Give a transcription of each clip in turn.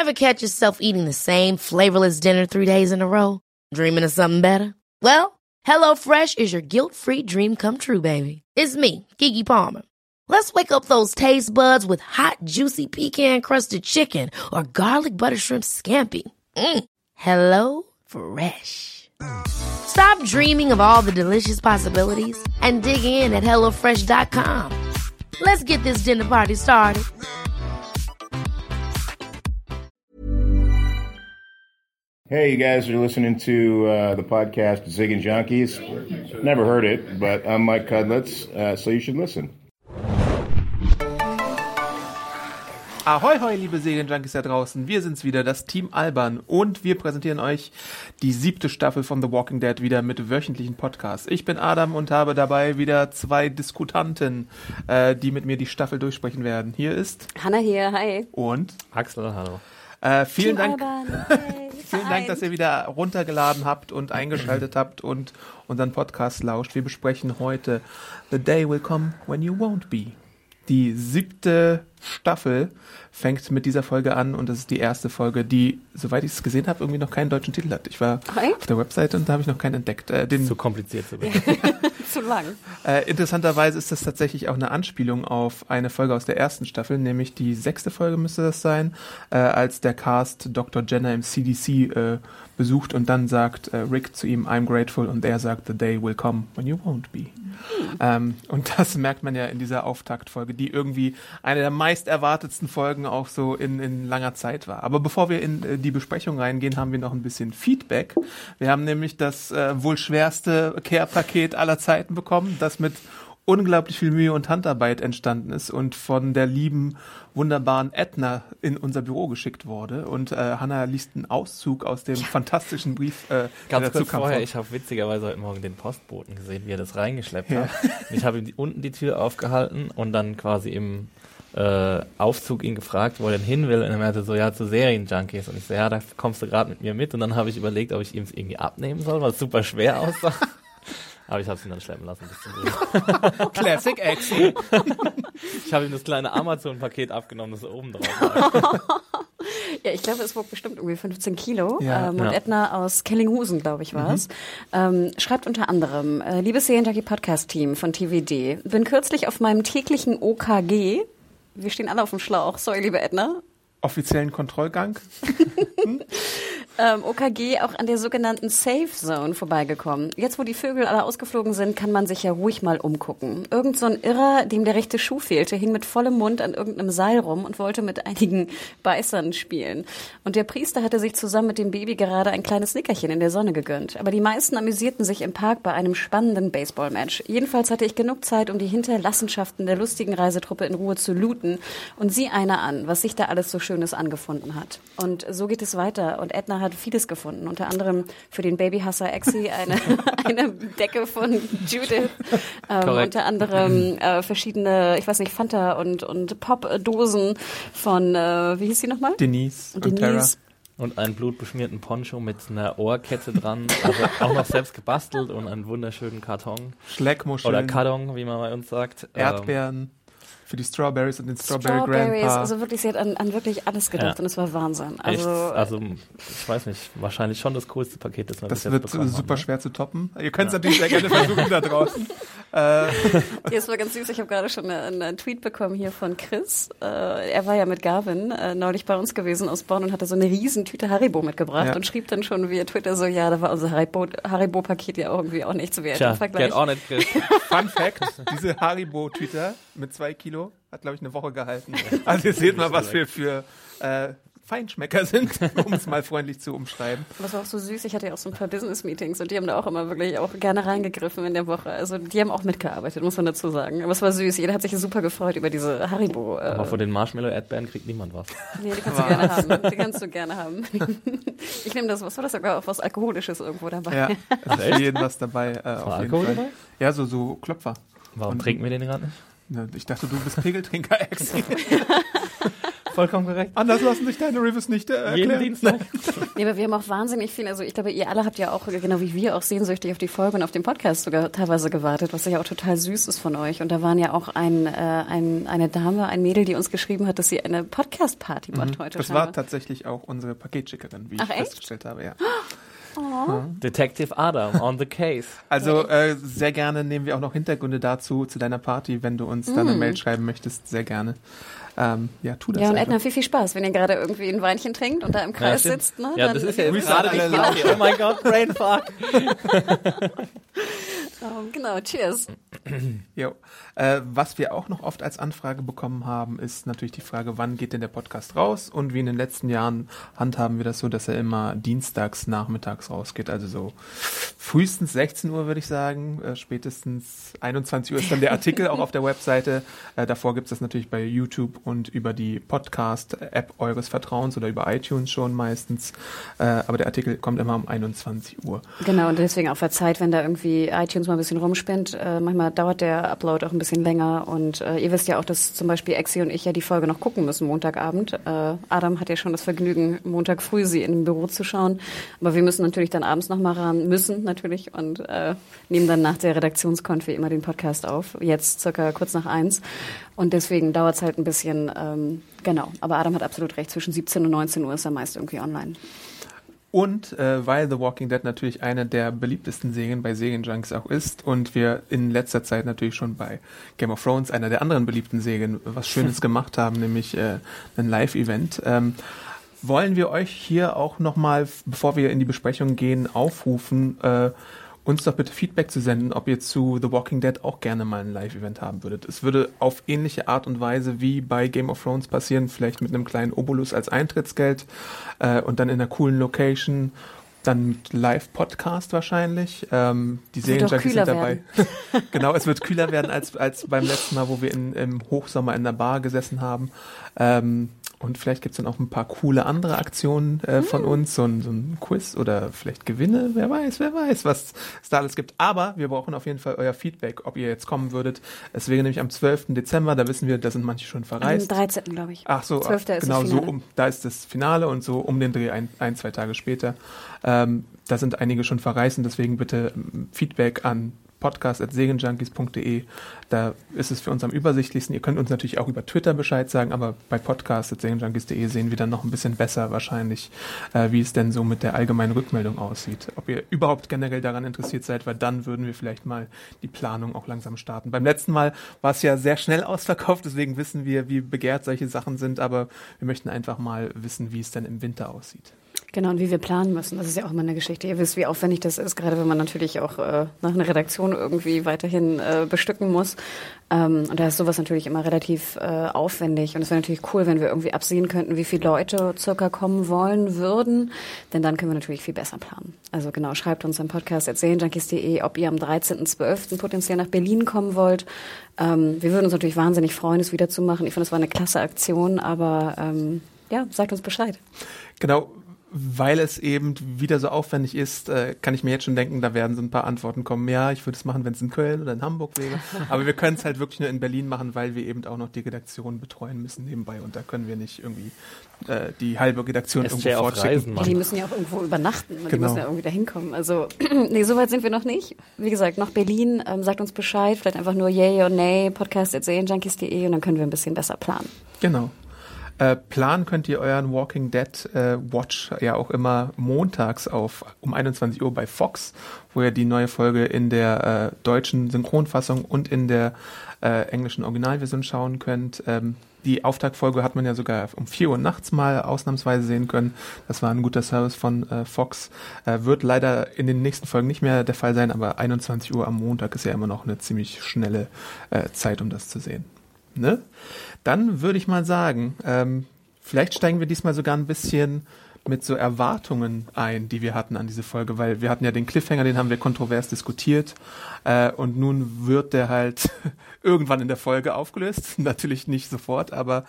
Ever catch yourself eating the same flavorless dinner 3 days in a row? Dreaming of something better? Well, HelloFresh is your guilt-free dream come true, baby. It's me, Keke Palmer. Let's wake up those taste buds with hot, juicy pecan-crusted chicken or garlic butter shrimp scampi. Hello Fresh. Stop dreaming of all the delicious possibilities and dig in at HelloFresh.com. Let's get this dinner party started. Hey, you guys are listening to the podcast Ziggin Junkies. Never heard it, but I'm Mike Cudlitz, so you should listen. Ahoi, hoi, liebe Serienjunkies da draußen. Wir sind's wieder, das Team Alban. Und wir präsentieren euch die 7. Staffel von The Walking Dead wieder mit wöchentlichen Podcasts. Ich bin Adam und habe dabei wieder 2 Diskutanten, die mit mir die Staffel durchsprechen werden. Hier ist Hanna hier, hi. Und Axel, hallo. Vielen Team Dank, Alban, hey, vielen Dank, dass ihr wieder runtergeladen habt und eingeschaltet habt und unseren Podcast lauscht. Wir besprechen heute The Day Will Come When You Won't Be. Die 7. Staffel fängt mit dieser Folge an und das ist die erste Folge, die, soweit ich es gesehen habe, irgendwie noch keinen deutschen Titel hat. Ich war auf der Webseite und da habe ich noch keinen entdeckt. Zu kompliziert sogar. Zu lang. Interessanterweise ist das tatsächlich auch eine Anspielung auf eine Folge aus der ersten Staffel, nämlich die 6. Folge müsste das sein, als der Cast Dr. Jenner im CDC besucht und dann sagt Rick zu ihm, I'm grateful, und er sagt, the day will come when you won't be. Und das merkt man ja in dieser Auftaktfolge, die irgendwie eine der meist erwartetsten Folgen auch so in langer Zeit war. Aber bevor wir in die Besprechung reingehen, haben wir noch ein bisschen Feedback. Wir haben nämlich das wohl schwerste Care-Paket aller Zeiten bekommen, das mit unglaublich viel Mühe und Handarbeit entstanden ist und von der lieben, wunderbaren Edna in unser Büro geschickt wurde. Und Hanna liest einen Auszug aus dem fantastischen Brief, Ganz kurz vorher, ich habe witzigerweise heute Morgen den Postboten gesehen, wie er das reingeschleppt hat. Und ich habe ihm unten die Tür aufgehalten und dann quasi im Aufzug ihn gefragt, wo er denn hin will. Und er meinte so, ja, zu Serienjunkies. Und ich so, ja, da kommst du gerade mit mir mit. Und dann habe ich überlegt, ob ich ihm es irgendwie abnehmen soll, weil es super schwer aussah. Aber ich habe es ihn dann schleppen lassen bis zum Brief. Classic Axel. Ich habe ihm das kleine Amazon-Paket abgenommen, das oben drauf war. Ja, ich glaube, es wog bestimmt irgendwie 15 Kilo. Ja. Und Edna aus Kellinghusen, glaube ich, war es. Schreibt unter anderem, liebes Serienjunkie-Podcast-Team von TVD, bin kürzlich auf meinem täglichen OKG, wir stehen alle auf dem Schlauch, sorry, liebe Edna, offiziellen Kontrollgang. OKG auch an der sogenannten Safe Zone vorbeigekommen. Jetzt, wo die Vögel alle ausgeflogen sind, kann man sich ja ruhig mal umgucken. Irgend so ein Irrer, dem der rechte Schuh fehlte, hing mit vollem Mund an irgendeinem Seil rum und wollte mit einigen Beißern spielen. Und der Priester hatte sich zusammen mit dem Baby gerade ein kleines Nickerchen in der Sonne gegönnt. Aber die meisten amüsierten sich im Park bei einem spannenden Baseballmatch. Jedenfalls hatte ich genug Zeit, um die Hinterlassenschaften der lustigen Reisetruppe in Ruhe zu looten und sieh einer an, was sich da alles so Schönes angefunden hat. Und so geht es weiter. Und Edna hat vieles gefunden, unter anderem für den Babyhasser Exi eine Decke von Judith, unter anderem verschiedene, ich weiß nicht, Fanta und Pop-Dosen von, wie hieß sie nochmal? Denise und Tara. Und einen blutbeschmierten Poncho mit einer Ohrkette dran, also auch noch selbst gebastelt und einen wunderschönen Karton. Schleckmuscheln. Oder Karton, wie man bei uns sagt. Erdbeeren. Für die Strawberries und den Strawberry Grandpa. Also wirklich, sie hat an wirklich alles gedacht und es war Wahnsinn. Also ich weiß nicht, wahrscheinlich schon das coolste Paket, das wir bis jetzt bekommen haben. Das wird super schwer zu toppen. Ihr könnt es natürlich sehr gerne versuchen da draußen. Es war ganz süß, ich habe gerade schon einen Tweet bekommen hier von Chris. Er war ja mit Gavin neulich bei uns gewesen aus Bonn und hatte so eine riesen Tüte Haribo mitgebracht und schrieb dann schon via Twitter so, ja, da war unser Haribo-Paket ja irgendwie auch nichts wert im Vergleich. Geht auch nicht, Chris. Fun Fact, diese Haribo-Tüte mit 2 Kilo hat, glaube ich, eine Woche gehalten. Also ihr seht mal, was wir für Feinschmecker sind, um es mal freundlich zu umschreiben. Das war auch so süß. Ich hatte ja auch so ein paar Business-Meetings und die haben da auch immer wirklich auch gerne reingegriffen in der Woche. Also die haben auch mitgearbeitet, muss man dazu sagen. Aber es war süß. Jeder hat sich super gefreut über diese Haribo. Aber von den Marshmallow-Erdbeeren kriegt niemand was. Nee, die kannst du gerne haben. Die kannst du gerne haben. Ich nehme das, was war das sogar, auch was Alkoholisches irgendwo dabei. Ja, ist für jeden was dabei. Auf jeden Alkohol Fall. dabei? Ja, so Klopfer. Warum trinken wir den gerade nicht? Ich dachte, du bist Pegeltrinker, Axel. Vollkommen korrekt. Anders lassen sich deine Reviews nicht erklären. Jeden Dienstag. Nee, aber wir haben auch wahnsinnig viel, also ich glaube, ihr alle habt ja auch, genau wie wir, auch sehnsüchtig auf die Folge und auf den Podcast sogar teilweise gewartet, was ja auch total süß ist von euch. Und da waren ja auch eine Dame, ein Mädel, die uns geschrieben hat, dass sie eine Podcast-Party macht heute. Das war tatsächlich auch unsere Paketschickerin, wie ich festgestellt habe, ja. Oh. Detective Adam on the case. Also sehr gerne nehmen wir auch noch Hintergründe dazu, zu deiner Party, wenn du uns dann eine Mail schreiben möchtest, sehr gerne. Ja, tu das. Ja, und einfach. Edna, viel Spaß, wenn ihr gerade irgendwie ein Weinchen trinkt und da im Kreis sitzt. Ne? Ja, das ist ja jetzt gerade nicht laut. Oh mein Gott, Brainfuck. Genau, cheers. Jo. Was wir auch noch oft als Anfrage bekommen haben, ist natürlich die Frage, wann geht denn der Podcast raus? Und wie in den letzten Jahren handhaben wir das so, dass er immer dienstags nachmittags rausgeht. Also so frühestens 16 Uhr, würde ich sagen. Spätestens 21 Uhr ist dann der Artikel auch auf der Webseite. Davor gibt es das natürlich bei YouTube und über die Podcast-App eures Vertrauens oder über iTunes schon meistens. Aber der Artikel kommt immer um 21 Uhr. Genau, und deswegen auch verzeiht, wenn da irgendwie iTunes mal ein bisschen rumspinnt. Manchmal dauert der Upload auch ein bisschen länger und ihr wisst ja auch, dass zum Beispiel Exi und ich ja die Folge noch gucken müssen Montagabend. Adam hat ja schon das Vergnügen, Montag früh sie in dem Büro zu schauen, aber wir müssen natürlich dann abends noch mal ran, natürlich und nehmen dann nach der Redaktionskonf wie immer den Podcast auf, jetzt circa kurz nach 1 und deswegen dauert es halt ein bisschen, genau, aber Adam hat absolut recht, zwischen 17 und 19 Uhr ist er meist irgendwie online. Und weil The Walking Dead natürlich eine der beliebtesten Serien bei Serienjunkies auch ist und wir in letzter Zeit natürlich schon bei Game of Thrones, einer der anderen beliebten Serien, was Schönes gemacht haben, nämlich ein Live-Event, wollen wir euch hier auch nochmal, bevor wir in die Besprechung gehen, aufrufen, uns doch bitte Feedback zu senden, ob ihr zu The Walking Dead auch gerne mal ein Live-Event haben würdet. Es würde auf ähnliche Art und Weise wie bei Game of Thrones passieren, vielleicht mit einem kleinen Obolus als Eintrittsgeld und dann in einer coolen Location, dann mit Live-Podcast wahrscheinlich. Die Serienjunkies sind dabei. Genau, es wird kühler werden als beim letzten Mal, wo wir im Hochsommer in der Bar gesessen haben. Und vielleicht gibt's dann auch ein paar coole andere Aktionen von uns, so ein Quiz oder vielleicht Gewinne, wer weiß, was es da alles gibt. Aber wir brauchen auf jeden Fall euer Feedback, ob ihr jetzt kommen würdet. Es wäre nämlich am 12. Dezember, da wissen wir, da sind manche schon verreist. Am 13. glaube ich. Ach so, 12. ist genau, das so Finale. da ist das Finale und so um den Dreh ein, 2 Tage später. Da sind einige schon verreist und deswegen bitte Feedback an podcast@serienjunkies.de. Da ist es für uns am übersichtlichsten. Ihr könnt uns natürlich auch über Twitter Bescheid sagen, aber bei podcast@serienjunkies.de sehen wir dann noch ein bisschen besser wahrscheinlich, wie es denn so mit der allgemeinen Rückmeldung aussieht. Ob ihr überhaupt generell daran interessiert seid, weil dann würden wir vielleicht mal die Planung auch langsam starten. Beim letzten Mal war es ja sehr schnell ausverkauft, deswegen wissen wir, wie begehrt solche Sachen sind, aber wir möchten einfach mal wissen, wie es denn im Winter aussieht. Genau, und wie wir planen müssen, das ist ja auch immer eine Geschichte. Ihr wisst, wie aufwendig das ist, gerade wenn man natürlich auch nach einer Redaktion irgendwie weiterhin bestücken muss. Und da ist sowas natürlich immer relativ aufwendig. Und es wäre natürlich cool, wenn wir irgendwie absehen könnten, wie viele Leute circa kommen wollen würden. Denn dann können wir natürlich viel besser planen. Also genau, schreibt uns am podcast@serienjunkies.de, ob ihr am 13.12. potenziell nach Berlin kommen wollt. Wir würden uns natürlich wahnsinnig freuen, es wieder zu machen. Ich finde, es war eine klasse Aktion, aber ja, sagt uns Bescheid. Genau. Weil es eben wieder so aufwendig ist, kann ich mir jetzt schon denken, da werden so ein paar Antworten kommen. Ja, ich würde es machen, wenn es in Köln oder in Hamburg wäre. Aber wir können es halt wirklich nur in Berlin machen, weil wir eben auch noch die Redaktion betreuen müssen nebenbei. Und da können wir nicht irgendwie die halbe Redaktion irgendwo fortschicken. Ja, die müssen ja auch irgendwo übernachten. Und genau. Die müssen ja irgendwie da hinkommen. Also, nee, so weit sind wir noch nicht. Wie gesagt, nach Berlin, sagt uns Bescheid. Vielleicht einfach nur yay oder nay, podcast@serienjunkies.de und dann können wir ein bisschen besser planen. Genau. Planen könnt ihr euren Walking Dead Watch ja auch immer montags um 21 Uhr bei Fox, wo ihr die neue Folge in der deutschen Synchronfassung und in der englischen Originalversion schauen könnt. Die Auftaktfolge hat man ja sogar um 4 Uhr nachts mal ausnahmsweise sehen können. Das war ein guter Service von Fox. Wird leider in den nächsten Folgen nicht mehr der Fall sein, aber 21 Uhr am Montag ist ja immer noch eine ziemlich schnelle Zeit, um das zu sehen. Ne? Dann würde ich mal sagen, vielleicht steigen wir diesmal sogar ein bisschen mit so Erwartungen ein, die wir hatten an diese Folge, weil wir hatten ja den Cliffhanger, den haben wir kontrovers diskutiert und nun wird der halt irgendwann in der Folge aufgelöst, natürlich nicht sofort, aber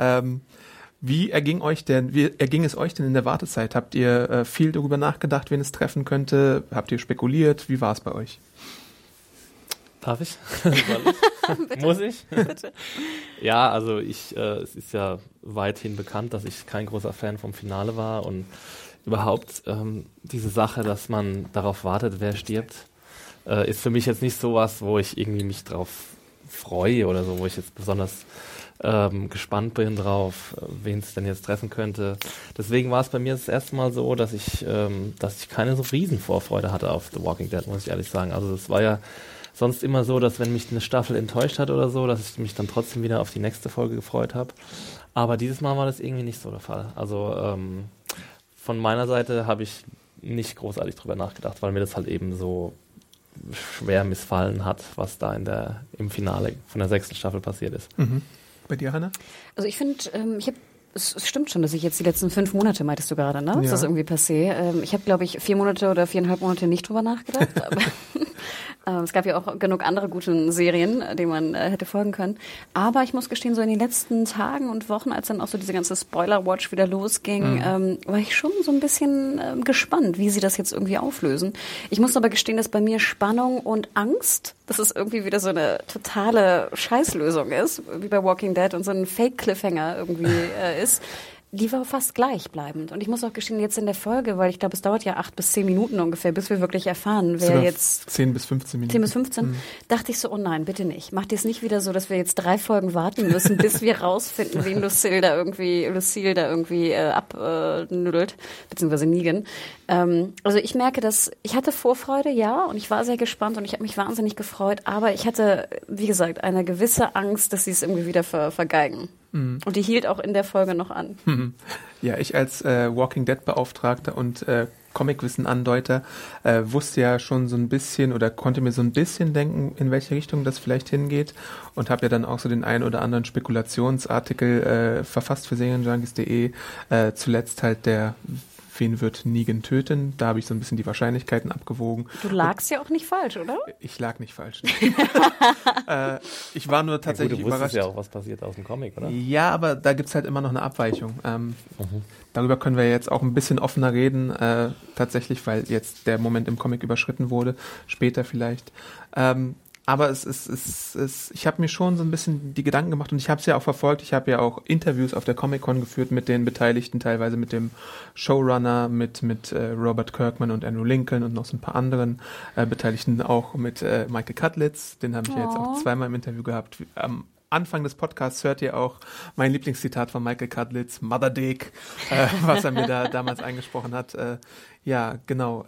wie erging es euch denn in der Wartezeit? Habt ihr viel darüber nachgedacht, wen es treffen könnte? Habt ihr spekuliert? Wie war es bei euch? Darf ich? Soll ich? Muss ich? Bitte. Ja, also es ist ja weithin bekannt, dass ich kein großer Fan vom Finale war und überhaupt diese Sache, dass man darauf wartet, wer stirbt, ist für mich jetzt nicht sowas, wo ich irgendwie mich drauf freue oder so, wo ich jetzt besonders gespannt bin drauf, wen es denn jetzt treffen könnte. Deswegen war es bei mir das erste Mal so, dass ich keine so riesen Vorfreude hatte auf The Walking Dead, muss ich ehrlich sagen. Also es war ja sonst immer so, dass wenn mich eine Staffel enttäuscht hat oder so, dass ich mich dann trotzdem wieder auf die nächste Folge gefreut habe. Aber dieses Mal war das irgendwie nicht so der Fall. Also von meiner Seite habe ich nicht großartig drüber nachgedacht, weil mir das halt eben so schwer missfallen hat, was da im Finale von der 6. Staffel passiert ist. Mhm. Bei dir, Hannah? Also ich finde, es stimmt schon, dass ich jetzt die letzten 5 Monate, meintest du gerade, ne? Ja. Ist das irgendwie passé? Ich habe, glaube ich, 4 Monate oder 4,5 Monate nicht drüber nachgedacht. Aber es gab ja auch genug andere gute Serien, denen man hätte folgen können. Aber ich muss gestehen, so in den letzten Tagen und Wochen, als dann auch so diese ganze Spoiler-Watch wieder losging, war ich schon so ein bisschen gespannt, wie sie das jetzt irgendwie auflösen. Ich muss aber gestehen, dass bei mir Spannung und Angst, dass es irgendwie wieder so eine totale Scheißlösung ist, wie bei Walking Dead und so ein Fake-Cliffhanger irgendwie ist, die war fast gleichbleibend. Und ich muss auch gestehen, jetzt in der Folge, weil ich glaube, es dauert ja 8 bis 10 Minuten ungefähr, bis wir wirklich erfahren, wer jetzt... 10 bis 15 Minuten. 10 bis 15, dachte ich so, oh nein, bitte nicht. Macht ihr es nicht wieder so, dass wir jetzt 3 Folgen warten müssen, bis wir rausfinden, wen Lucille da irgendwie abnüttelt, beziehungsweise Negan. Also ich merke, dass ich hatte Vorfreude, ja, und ich war sehr gespannt und ich habe mich wahnsinnig gefreut, aber ich hatte, wie gesagt, eine gewisse Angst, dass sie es irgendwie wieder vergeigen. Und die hielt auch in der Folge noch an. Ja, ich als Walking Dead Beauftragter und Comicwissen-Andeuter wusste ja schon so ein bisschen oder konnte mir so ein bisschen denken, in welche Richtung das vielleicht hingeht und habe ja dann auch so den einen oder anderen Spekulationsartikel verfasst für Serienjunkies.de. Zuletzt halt wen wird Negan töten? Da habe ich so ein bisschen die Wahrscheinlichkeiten abgewogen. Du lagst ja auch nicht falsch, oder? Ich lag nicht falsch. Ich war nur tatsächlich überrascht. Du wusstest ja überrascht. auch, was passiert aus dem Comic, oder? Ja, aber da gibt's halt immer noch eine Abweichung. Darüber können wir jetzt auch ein bisschen offener reden, tatsächlich, weil jetzt der Moment im Comic überschritten wurde, später vielleicht. Aber ich habe mir schon so ein bisschen die Gedanken gemacht und ich habe es ja auch verfolgt. Ich habe ja auch Interviews auf der Comic-Con geführt mit den Beteiligten, teilweise mit dem Showrunner, mit Robert Kirkman und Andrew Lincoln und noch so ein paar anderen Beteiligten, auch mit Michael Cudlitz. Den habe ich ja jetzt auch zweimal im Interview gehabt. Am Anfang des Podcasts hört ihr auch mein Lieblingszitat von Michael Cudlitz, Mother Dick, was er mir da damals eingesprochen hat. Ja, genau.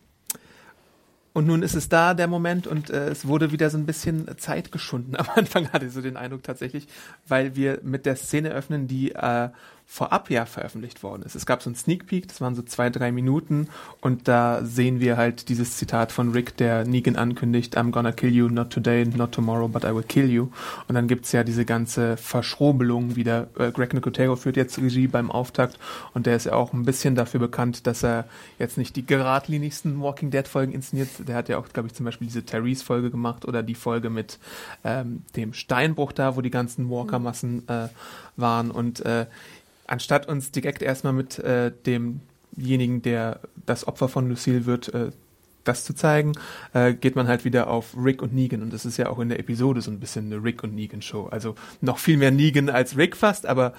Und nun ist es da, der Moment, und es wurde wieder so ein bisschen Zeit geschunden. Am Anfang hatte ich so den Eindruck tatsächlich, weil wir mit der Szene öffnen, die vorab ja veröffentlicht worden ist. Es gab so einen Sneak Peek, das waren so 2-3 Minuten und da sehen wir halt dieses Zitat von Rick, der Negan ankündigt, I'm gonna kill you, not today, not tomorrow, but I will kill you. Und dann gibt's ja diese ganze Verschrobelung wieder. Greg Nicotero führt jetzt Regie beim Auftakt und der ist ja auch ein bisschen dafür bekannt, dass er jetzt nicht die geradlinigsten Walking Dead Folgen inszeniert. Der hat ja auch, glaube ich, zum Beispiel diese Therese Folge gemacht oder die Folge mit dem Steinbruch da, wo die ganzen Walker-Massen waren und anstatt uns direkt erstmal mit demjenigen, der das Opfer von Lucille wird, das zu zeigen, geht man halt wieder auf Rick und Negan. Und das ist ja auch in der Episode so ein bisschen eine Rick und Negan-Show. Also noch viel mehr Negan als Rick fast, aber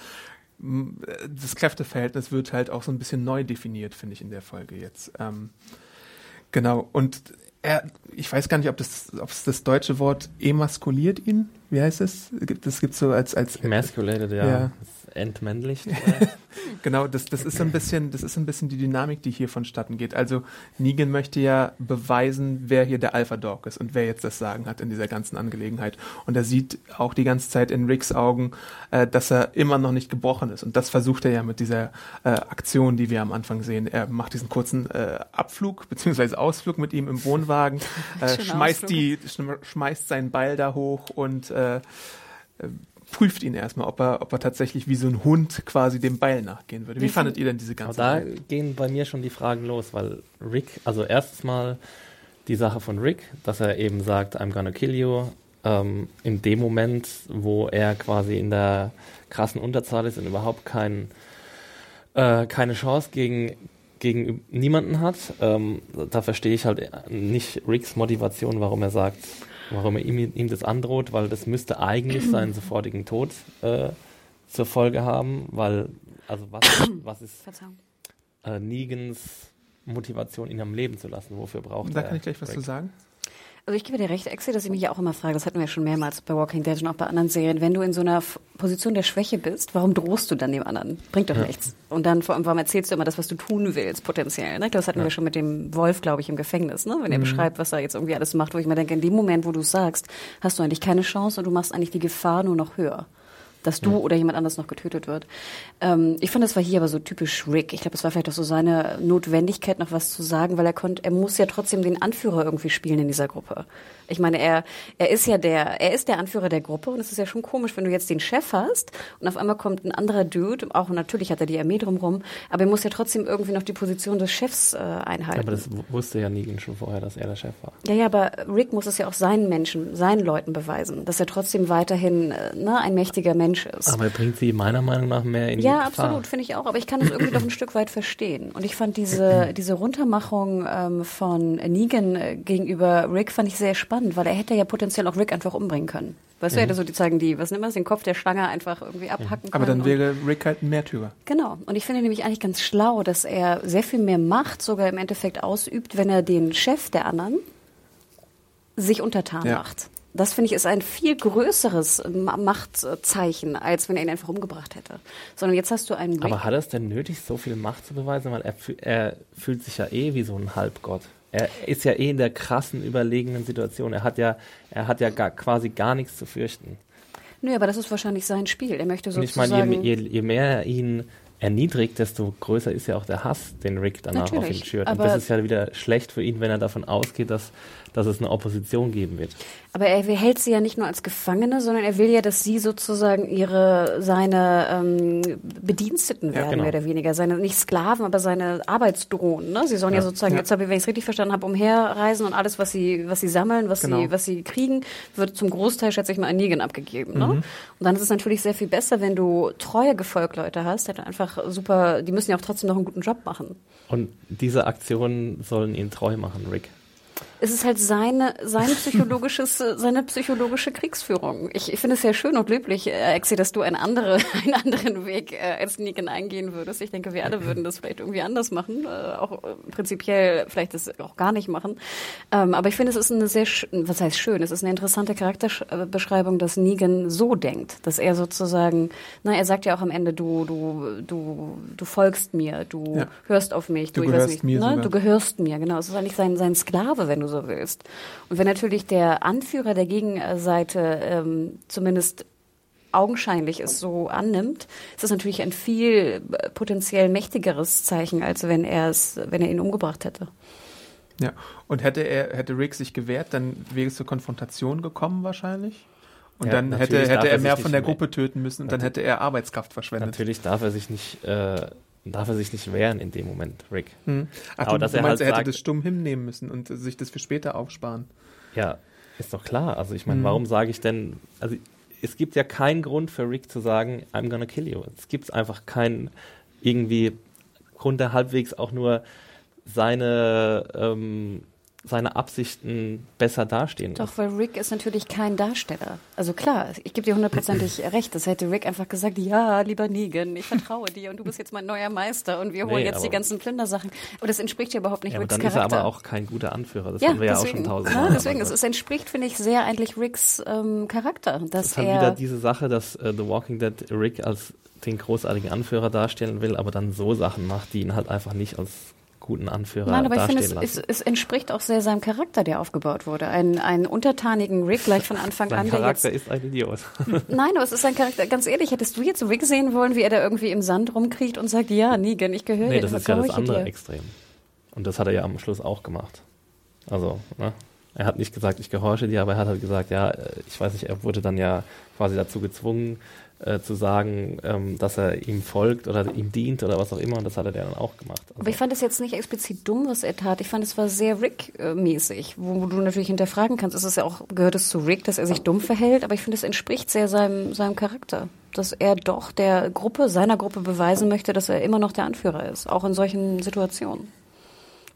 das Kräfteverhältnis wird halt auch so ein bisschen neu definiert, finde ich, in der Folge jetzt. Genau, und ich weiß gar nicht, ob es das deutsche Wort emaskuliert ihn, wie heißt es? Das gibt so als Emasculated, ja. Entmännlicht. Genau, das ist so ein bisschen die Dynamik, die hier vonstatten geht. Also Negan möchte ja beweisen, wer hier der Alpha Dog ist und wer jetzt das Sagen hat in dieser ganzen Angelegenheit. Und er sieht auch die ganze Zeit in Ricks Augen, dass er immer noch nicht gebrochen ist. Und das versucht er ja mit dieser Aktion, die wir am Anfang sehen. Er macht diesen kurzen Abflug bzw. Ausflug mit ihm im Wohnwagen, schmeißt seinen Beil da hoch und prüft ihn erstmal, ob er tatsächlich wie so ein Hund quasi dem Beil nachgehen würde. Wie fandet ihr denn diese ganze Da gehen bei mir schon die Fragen los, weil Rick, also erstens mal die Sache von Rick, dass er eben sagt, I'm gonna kill you, in dem Moment, wo er quasi in der krassen Unterzahl ist und überhaupt keine Chance gegen niemanden hat, da verstehe ich halt nicht Ricks Motivation, warum er sagt, Warum er ihm das androht, weil das müsste eigentlich seinen sofortigen Tod zur Folge haben, weil, also was ist Negans Motivation, ihn am Leben zu lassen? Wofür braucht er? Da kann ich gleich was zu sagen. Also ich gebe dir recht, Exi, dass ich mich ja auch immer frage, das hatten wir schon mehrmals bei Walking Dead und auch bei anderen Serien, wenn du in so einer Position der Schwäche bist, warum drohst du dann dem anderen? Bringt doch nichts. Und dann vor allem, warum erzählst du immer das, was du tun willst, potenziell? Ne? Das hatten wir schon mit dem Wolf, glaube ich, im Gefängnis, ne? Wenn er beschreibt, was er jetzt irgendwie alles macht, wo ich mir denke, in dem Moment, wo du es sagst, hast du eigentlich keine Chance und du machst eigentlich die Gefahr nur noch höher, dass du oder jemand anders noch getötet wird. Ich fand, das war hier aber so typisch Rick. Ich glaube, es war vielleicht auch so seine Notwendigkeit, noch was zu sagen, weil er muss ja trotzdem den Anführer irgendwie spielen in dieser Gruppe. Ich meine, er ist der Anführer der Gruppe und es ist ja schon komisch, wenn du jetzt den Chef hast und auf einmal kommt ein anderer Dude, auch natürlich hat er die Armee drumherum, aber er muss ja trotzdem irgendwie noch die Position des Chefs einhalten. Aber das wusste ja Negan schon vorher, dass er der Chef war. Ja, aber Rick muss es ja auch seinen Menschen, seinen Leuten beweisen, dass er trotzdem weiterhin ein mächtiger Mensch ist. Aber er bringt sie meiner Meinung nach mehr in die Ja, Gefahr. absolut, finde ich auch. Aber ich kann es irgendwie doch ein Stück weit verstehen. Und ich fand diese Runtermachung von Negan gegenüber Rick fand ich sehr spannend, weil er hätte ja potenziell auch Rick einfach umbringen können. Weißt du, er hätte so, die zeigen was nennt man das, den Kopf der Schlange einfach irgendwie abhacken können. Aber dann wäre Rick halt ein Märtyrer. Genau. Und ich finde nämlich eigentlich ganz schlau, dass er sehr viel mehr Macht sogar im Endeffekt ausübt, wenn er den Chef der anderen sich untertan macht. Das, finde ich, ist ein viel größeres Machtzeichen, als wenn er ihn einfach umgebracht hätte. Sondern jetzt hast du einen Rick. Aber hat er es denn nötig, so viel Macht zu beweisen? Weil er fühlt sich ja wie so ein Halbgott. Er ist ja in der krassen, überlegenen Situation. Er hat ja quasi gar nichts zu fürchten. Nö, aber das ist wahrscheinlich sein Spiel. Er möchte sozusagen... Und ich meine, je mehr er ihn erniedrigt, desto größer ist ja auch der Hass, den Rick danach auf ihn schürt. Und das ist ja wieder schlecht für ihn, wenn er davon ausgeht, dass es eine Opposition geben wird. Aber er hält sie ja nicht nur als Gefangene, sondern er will ja, dass sie sozusagen seine Bediensteten werden, mehr oder weniger. Nicht Sklaven, aber seine Arbeitsdrohnen. Ne? Sie sollen ja sozusagen, jetzt wenn ich es richtig verstanden habe, umherreisen und alles, was sie sammeln, was sie kriegen, wird zum Großteil, schätze ich mal, an Negan abgegeben. Ne? Und dann ist es natürlich sehr viel besser, wenn du treue Gefolgleute hast, die einfach super, die müssen ja auch trotzdem noch einen guten Job machen. Und diese Aktionen sollen ihn treu machen, Rick. Es ist halt seine psychologische Kriegsführung. Ich finde es sehr schön und löblich, Exi, dass du einen anderen Weg als Negan eingehen würdest. Ich denke, wir alle würden das vielleicht irgendwie anders machen, auch prinzipiell vielleicht das auch gar nicht machen. Aber ich finde, es ist es ist eine interessante Charakterbeschreibung, dass Negan so denkt, dass er sozusagen, er sagt ja auch am Ende, du folgst mir, du hörst auf mich, du gehörst mir, du gehörst mir, genau. Es ist eigentlich sein Sklave, wenn du so willst. Und wenn natürlich der Anführer der Gegenseite zumindest augenscheinlich es so annimmt, ist das natürlich ein viel potenziell mächtigeres Zeichen, als wenn er ihn umgebracht hätte. Ja, und hätte Rick sich gewehrt, dann wäre es zur Konfrontation gekommen wahrscheinlich. Und dann hätte er mehr von der Gruppe töten müssen und dann hätte er Arbeitskraft verschwendet. Natürlich darf er sich nicht wehren in dem Moment, Rick. Ach, aber du meinst, er hätte das stumm hinnehmen müssen und sich das für später aufsparen. Ja, ist doch klar. Also ich meine, warum sage ich denn, also es gibt ja keinen Grund für Rick zu sagen, I'm gonna kill you. Es gibt einfach keinen irgendwie Grund, der halbwegs auch nur seine Absichten besser dastehen Doch, weil Rick ist natürlich kein Darsteller. Also klar, ich gebe dir 100%ig recht. Das hätte Rick einfach gesagt, ja, lieber Negan, ich vertraue dir und du bist jetzt mein neuer Meister und wir holen jetzt die ganzen Plündersachen. Aber das entspricht ja überhaupt nicht Ricks Charakter. Dann ist er aber auch kein guter Anführer. Das haben wir ja auch schon tausendmal. Deswegen, es entspricht, finde ich, sehr eigentlich Ricks Charakter. Das ist halt wieder diese Sache, dass The Walking Dead Rick als den großartigen Anführer darstellen will, aber dann so Sachen macht, die ihn halt einfach nicht als guten Anführer Nein, aber ich finde, lassen. es entspricht auch sehr seinem Charakter, der aufgebaut wurde. Einen untertanigen Rick gleich von Anfang an. Sein Charakter ist ein Idiot. Nein, aber es ist ein Charakter, ganz ehrlich, hättest du jetzt Rick sehen wollen, wie er da irgendwie im Sand rumkriecht und sagt, ja, Negan, ich gehöre dir. Nee, das ist ja das andere Extrem. Und das hat er ja am Schluss auch gemacht. Also, er hat nicht gesagt, ich gehorche dir, aber er hat halt gesagt, ja, ich weiß nicht, er wurde dann ja quasi dazu gezwungen, zu sagen, dass er ihm folgt oder ihm dient oder was auch immer, und das hat er dann auch gemacht. Also aber ich fand es jetzt nicht explizit dumm, was er tat. Ich fand, es war sehr Rick-mäßig, wo du natürlich hinterfragen kannst, gehört es zu Rick, dass er sich dumm verhält, aber ich finde, es entspricht sehr seinem Charakter, dass er doch seiner Gruppe beweisen möchte, dass er immer noch der Anführer ist, auch in solchen Situationen.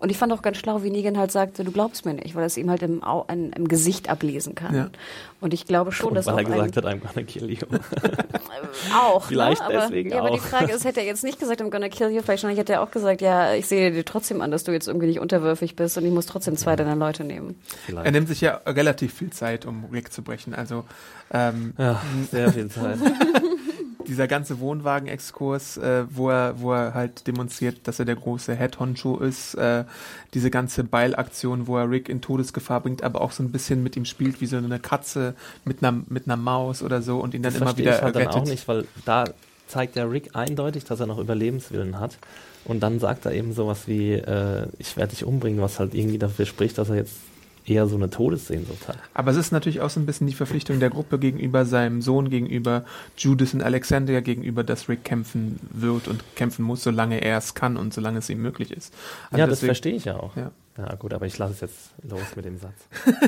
Und ich fand auch ganz schlau, wie Negan halt sagte, du glaubst mir nicht, weil er es ihm halt im Gesicht ablesen kann. Ja. Und ich glaube schon, dass weil auch er gesagt hat, I'm gonna kill you. auch. Vielleicht ne? Aber, deswegen aber die auch. Frage ist, hätte er jetzt nicht gesagt, I'm gonna kill you, vielleicht hätte er auch gesagt, ja, ich sehe dir trotzdem an, dass du jetzt irgendwie nicht unterwürfig bist und ich muss trotzdem 2 deiner Leute nehmen. Vielleicht. Er nimmt sich ja relativ viel Zeit, um Rick zu brechen. Also Ja, sehr viel Zeit. dieser ganze Wohnwagen-Exkurs, wo er halt demonstriert, dass er der große Head-Honcho ist, diese ganze Beilaktion, wo er Rick in Todesgefahr bringt, aber auch so ein bisschen mit ihm spielt, wie so eine Katze mit einer Maus oder so und ihn dann Das immer wieder ich halt rettet. dann auch nicht, weil da zeigt der Rick eindeutig, dass er noch Überlebenswillen hat. Und dann sagt er eben sowas wie, ich werde dich umbringen, was halt irgendwie dafür spricht, dass er jetzt eher so eine Todessehnsucht hat. Aber es ist natürlich auch so ein bisschen die Verpflichtung der Gruppe gegenüber seinem Sohn, gegenüber Judith und Alexandria, gegenüber, dass Rick kämpfen wird und kämpfen muss, solange er es kann und solange es ihm möglich ist. Also ja, deswegen, das verstehe ich ja auch. Ja. Ja gut, aber ich lasse es jetzt los mit dem Satz.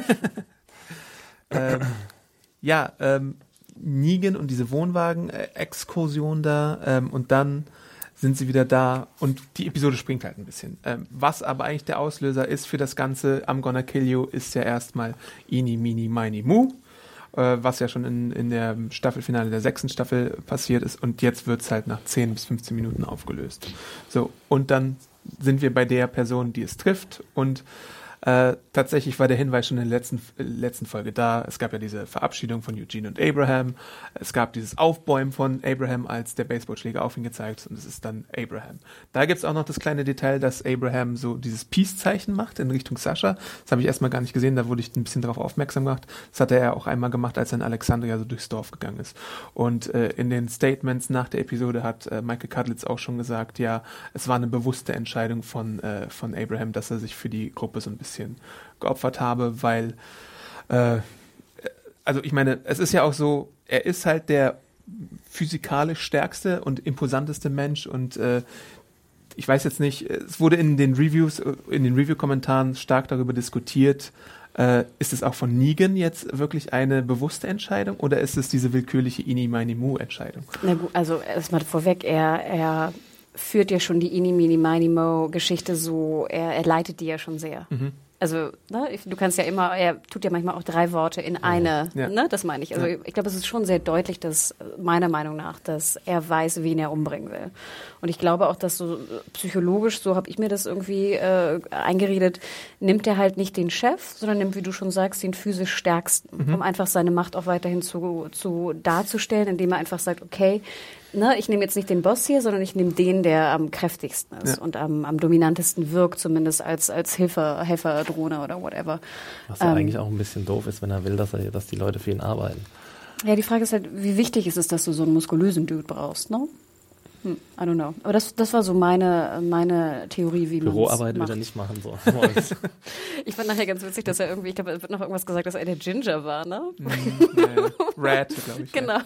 Negan und diese Wohnwagen-Exkursion da und dann sind sie wieder da und die Episode springt halt ein bisschen. Was aber eigentlich der Auslöser ist für das Ganze I'm Gonna Kill You, ist ja erstmal Eeny, Meeny, Miny, Moo, was ja schon in der Staffelfinale der 6. Staffel passiert ist und jetzt wird es halt nach 10 bis 15 Minuten aufgelöst. So, und dann sind wir bei der Person, die es trifft und tatsächlich war der Hinweis schon in der letzten Folge da. Es gab ja diese Verabschiedung von Eugene und Abraham. Es gab dieses Aufbäumen von Abraham, als der Baseballschläger auf ihn gezeigt ist und es ist dann Abraham. Da gibt es auch noch das kleine Detail, dass Abraham so dieses Peace-Zeichen macht in Richtung Sascha. Das habe ich erstmal gar nicht gesehen, da wurde ich ein bisschen darauf aufmerksam gemacht. Das hat er auch einmal gemacht, als er in Alexandria so durchs Dorf gegangen ist. Und in den Statements nach der Episode hat Michael Cudlitz auch schon gesagt, ja, es war eine bewusste Entscheidung von Abraham, dass er sich für die Gruppe so ein bisschen geopfert habe, weil also ich meine, es ist ja auch so, er ist halt der physikalisch stärkste und imposanteste Mensch und ich weiß jetzt nicht, es wurde in den Review-Kommentaren stark darüber diskutiert, ist es auch von Negan jetzt wirklich eine bewusste Entscheidung oder ist es diese willkürliche Eeny-Miny-Mo-Entscheidung? Na gut, also erstmal vorweg, er führt ja schon die Eeny-Meeny-Miny-Mo-Geschichte so, er leitet die ja schon sehr. Mhm. Also, ne, du kannst ja immer, er tut ja manchmal auch 3 Worte in eine, ja. Ne, das meine ich. Also ich glaube, es ist schon sehr deutlich, dass, meiner Meinung nach, dass er weiß, wen er umbringen will. Und ich glaube auch, dass so psychologisch, so habe ich mir das irgendwie eingeredet, nimmt er halt nicht den Chef, sondern nimmt, wie du schon sagst, den physisch Stärksten, um einfach seine Macht auch weiterhin zu darzustellen, indem er einfach sagt, okay, ne, ich nehme jetzt nicht den Boss hier, sondern ich nehme den, der am kräftigsten ist und am dominantesten wirkt, zumindest als Helferdrohne oder whatever. Was ja eigentlich auch ein bisschen doof ist, wenn er will, dass die Leute für ihn arbeiten. Ja, die Frage ist halt, wie wichtig ist es, dass du so einen muskulösen Dude brauchst, ne? I don't know. Aber das war so meine Theorie, wie man Büroarbeit wird er nicht machen, so. Ich fand nachher ganz witzig, dass er irgendwie, ich glaube, es wird noch irgendwas gesagt, dass er der Ginger war, ne? Rat, glaube ich. Genau.